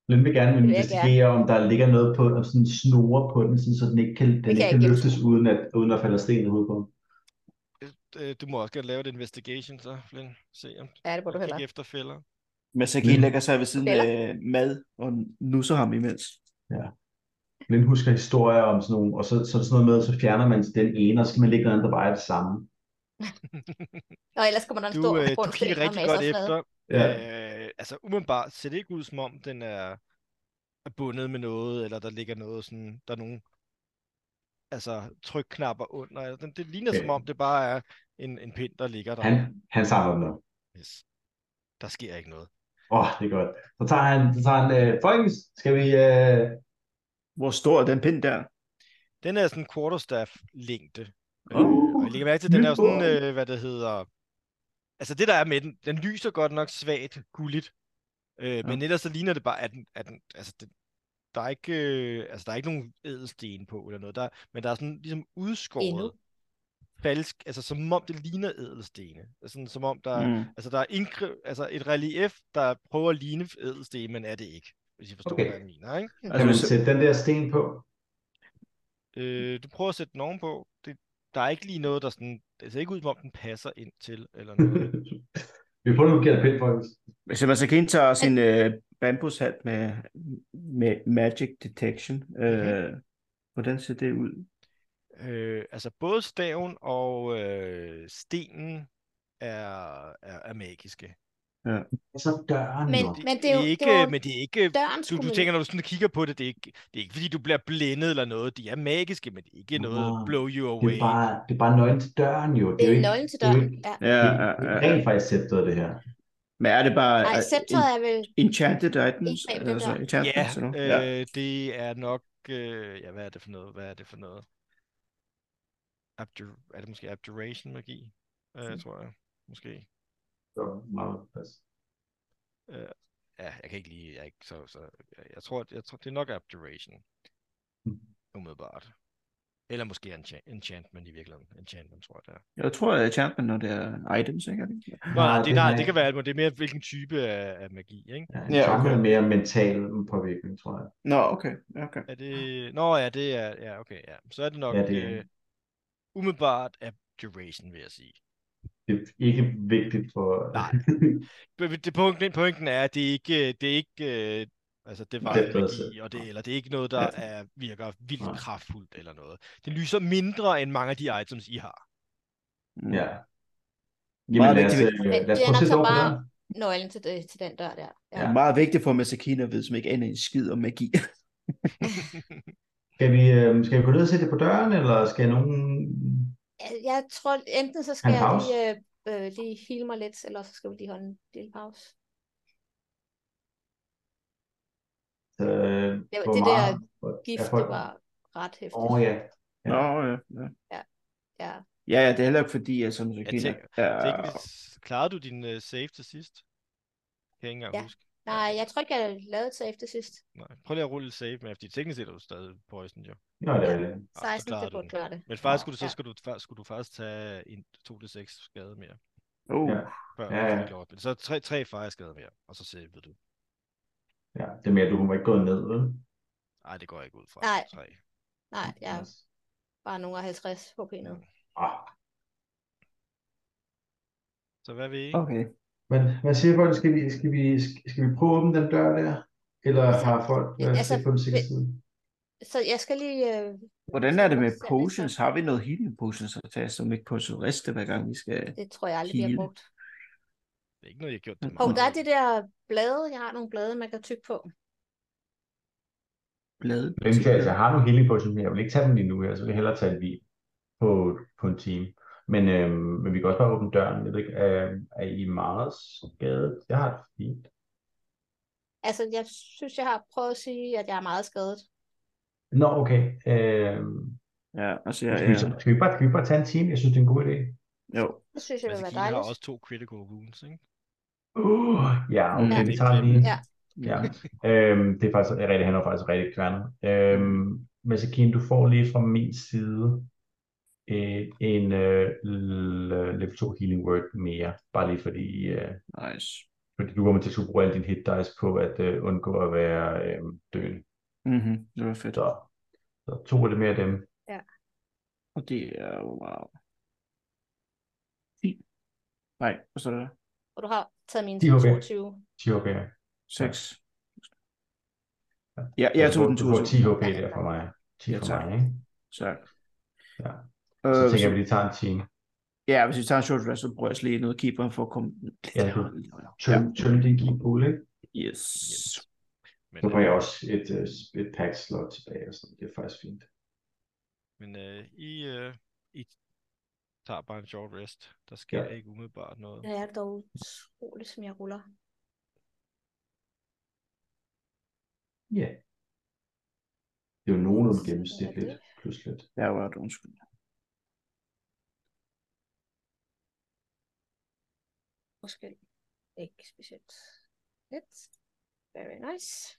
Lynn vil gerne vil jeg investigere, om der ligger noget på, om sådan snore på den, sådan, så den ikke kan løftes, uden at falde af sten i hovedet på. Du må også gerne lave et investigation, så, Flynn. Se om Ja, det må du kigge hellere. efter fælder. Masakine lægger sig ved siden af mad og nusser ham imens. Ja. Lynn husker historier om sådan nogle, og så er det sådan noget med, så fjerner man den ene, og så skal man lægge noget andet, der bare er det samme. Og ellers kommer der en stor Du kigger rigtig godt efter. Ja. Altså umiddelbart ser det ikke ud, som om den er bundet med noget, eller der ligger noget sådan, der er nogle trykknapper under. Det ligner som om, det bare er en pind, der ligger der. Han samler den op. Yes. Der sker ikke noget. Det er godt. Så tager han folkens, skal vi... Hvor stor er den pind der? Den er sådan en quarterstaff-længde. Og jeg lægger mærke til, at den er jo sådan, hvad det hedder... Altså det, der er med den, den lyser godt nok svagt gulligt. Men ellers så ligner det bare, der er ikke nogen ædelsten på eller noget. Men der er sådan ligesom udskåret falsk, altså som om det ligner ædelstene. Altså, som om der er et relief, der prøver at ligne ædelsten, men er det ikke. Hvis I forstår, hvad jeg mener, ikke? Kan man sætte den der sten på? Du prøver at sætte den ovenpå. Der er ikke lige noget, der sådan... Det ser ikke ud, som om den passer ind til, eller noget. Vi prøver nu at gætte pind, folkens. Hvis Masakine tager sin bambushat med Magic Detection, hvordan ser det ud? Både staven og stenen er magiske. Ja. Så døren men det er jo men det er ikke du tænker, når du sådan kigger på det, det er ikke fordi du bliver blændet eller noget. De er magiske, men det er ikke noget blow you away. Det er bare nøglen til døren jo. Det er nøglen til døren. Det er rent faktisk sættet det her. Men er det bare scepteret er vel enchanted items? Det er nok hvad er det for noget? Er det måske abjuration magi? Tror jeg måske. Meget pas. Jeg kan ikke lide, jeg tror det er nok abjuration. Umiddelbart. Eller måske enchantment i virkeligheden. Enchantment, tror jeg, det er. Jeg tror, det er enchantment, når det er items, ikke? Det kan være, det er mere hvilken type af magi, ikke? Ja, enchantment er mere mental påvirkning, tror jeg. Nå, okay. Er det... det er... Ja, okay, ja. Så er det nok umiddelbart abjuration, vil jeg sige. Det er ikke vigtigt for... Nej. Pointen er, at det er ikke det var magi, eller det er ikke noget, der virker vildt kraftfuldt eller noget. Det lyser mindre end mange af de items, I har. Ja. Jamen, lad os prøve at sætte over på den. Nøglen til den dør der. Ja. Det er meget vigtigt for Masakine at vide, som ikke aner en skid om magi. Skal vi gå ned og sætte det på døren, eller skal nogen... Jeg tror, enten så skal jeg lige heale mig lidt, eller så skal vi lige holde en lille pause. Det der gift, det var ret hæftigt. Ja, det er heller ikke fordi, jeg som Masakine... Klarede du din save til sidst? Kan jeg ikke engang huske. Nej, jeg tror ikke, jeg lavede et save til sidst. Nej, prøv lige at rulle et save med, fordi teknisk set er du stadig poison, jo. Ja, det er det. 16, det burde klare det. Men faktisk skulle du faktisk tage en 2d6 skade mere. Så 3 fire skade mere, og så savede du. Ja, det er mere, du må ikke gå ned, vel? Nej, det går ikke ud fra. Nej, jeg er bare nogle af 50 HP ned. Så hvad vil I? Okay. Men hvad siger folk? Skal vi prøve at åbne den dør der? Eller har folk været på den sikre side? Så jeg skal lige... Hvordan er det med potions? Har vi noget healing potions at tage, som ikke på så riste, hver gang vi skal... Det tror jeg aldrig bliver brugt. Det er ikke noget, jeg har gjort. Der er det der blade. Jeg har nogle blade, man kan tygge på. Blade? Jeg har nogle healing potions, men jeg vil ikke tage dem lige nu. Så vil jeg hellere tage en vin på en time. Men vi kan også bare åbne døren. Jeg ved ikke, er I meget skadet? Jeg har det fint. Altså, jeg synes, jeg har prøvet at sige, at jeg er meget skadet. Nå, okay. Skal vi bare tage en time? Jeg synes, det er en god idé. Jo. Det synes jeg vil være dejligt. Jeg har også 2 critical wounds, ikke? Ja, okay, vi tager lige. Ja. Det er faktisk han er faktisk rigtig kværnet. Masakine, du får lige fra min side en level 2 healing word mere, bare lige fordi nice. Fordi du kommer til at bruge alle dine hit dice på at undgå at være døende. Det var fedt. Så 2 er det mere af dem. Ja. Og det er wow. 10. Nej, hvad står der? Og du har taget mine 10 til HP. 22. 10 HP. 6. Ja. Ja, jeg tog den Du får 10 HP Ja, der for mig. 10 Ja, for tak. mig, ikke? Så. Ja. Så tænker jeg, at vi tager en time. Ja, hvis vi tager en short rest, så bruger jeg lige noget keeper for at komme lidt Ja, tømme din keepool, ikke? Yes. Men, Så får jeg også et pack slot tilbage, og sådan. Det er faktisk fint. Men I tager bare en short rest. Der sker ikke umiddelbart noget. Det er dog utroligt, som jeg ruller. Ja. Det er jo nogenlunde gennemsnitligt, plus lidt. Ja, hvor er det undskyld. Måske ikke specielt lidt. Very nice.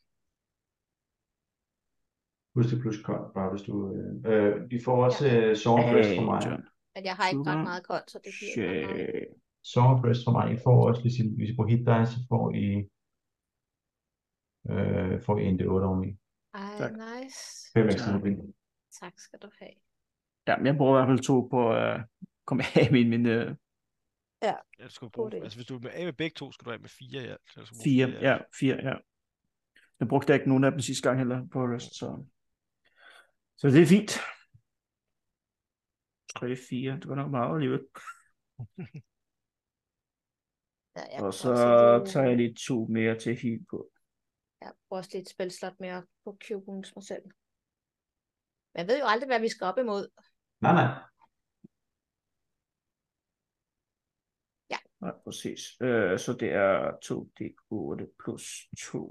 Husk det plus kon, bare hvis du... vi får også Song of Rest fra mig. Men jeg har ikke ret meget kon, så det giver ikke ret meget. Song of Rest fra mig. I får også, hvis I bruger hit dice, så får I en D8 oveni. Ej, nice. 5 ekstra mobil. Tak skal du have. Ja, men jeg bruger i hvert fald 2 på at komme af min Ja, du skal bruge, altså hvis du er af med begge 2, skal du af med 4 i alt. 4, ja. Jeg brugte ikke nogen af dem sidste gang heller på rest, så det er fint. 3, 4, det var nok meget alligevel. Ja, og så tager jeg lige 2 mere til heal på. Jeg bruger også lige et spilslot mere på Cure Wounds mig selv. Men jeg ved jo aldrig, hvad vi skal op imod. Nej. Ja. Nej, præcis. Så det er 2d8 plus 2.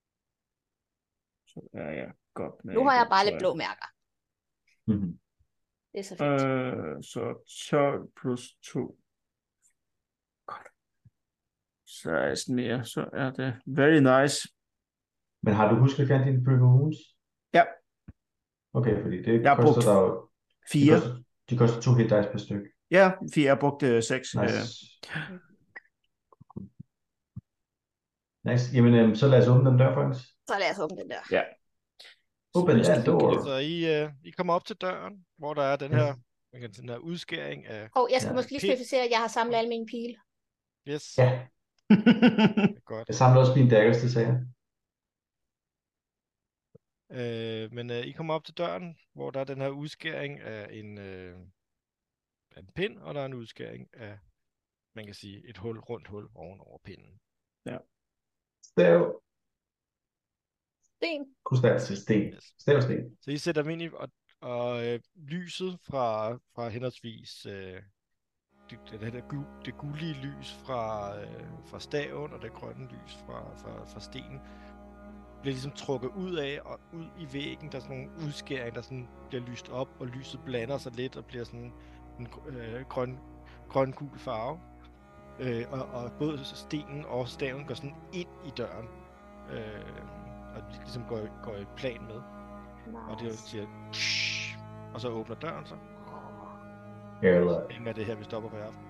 Så er jeg godt med. Nu har jeg bare lidt blå mærker. Mm-hmm. Det er så fint. Så 12 plus 2. Godt. 16 mere, så er det very nice. Men har du husket at fjerne dine Brittle Wounds? Ja. Okay, fordi det jeg koster der jo... 4. De koster 2 hit dice per stykke. Ja, 4. Jeg brugte 6. Nice. Nice. Jamen, så lad os åbne den dør, folkens. Så lad os åbne den der. Ja. Open that door. Så I kommer op til døren, hvor der er den her, den her udskæring af... Jeg skal måske lige specificere, at jeg har samlet alle mine pile. Yes. Ja. Godt. Jeg samler også mine daggers, det sagde jeg. Men I kommer op til døren, hvor der er den her udskæring af en pind, og der er en udskæring af, man kan sige, et rundt hul ovenover pinden. Ja. Stav. Sten. Krystal til sten. Stav og sten. Så I sætter dem ind i, og lyset fra henholdsvis det gullige lys fra staven, og det grønne lys fra stenen, bliver ligesom trukket ud af og ud i væggen. Der er sådan nogle udskæringer, der sådan bliver lyst op, og lyset blander sig lidt og bliver sådan en grøn-gul farve. Og både stenen og staven går sådan ind i døren, og ligesom går i plan med. Nice. Og det siger, og så åbner døren så. Eller... Er det her, vi stopper for i aften?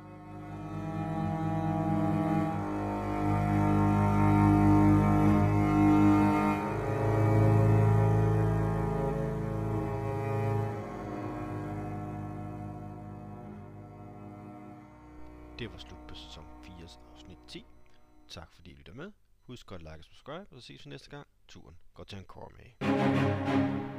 Det var slut på sæson 4's afsnit 10. Tak fordi I lytter med. Husk at like og subscribe, og så ses vi næste gang. Turen går til en med.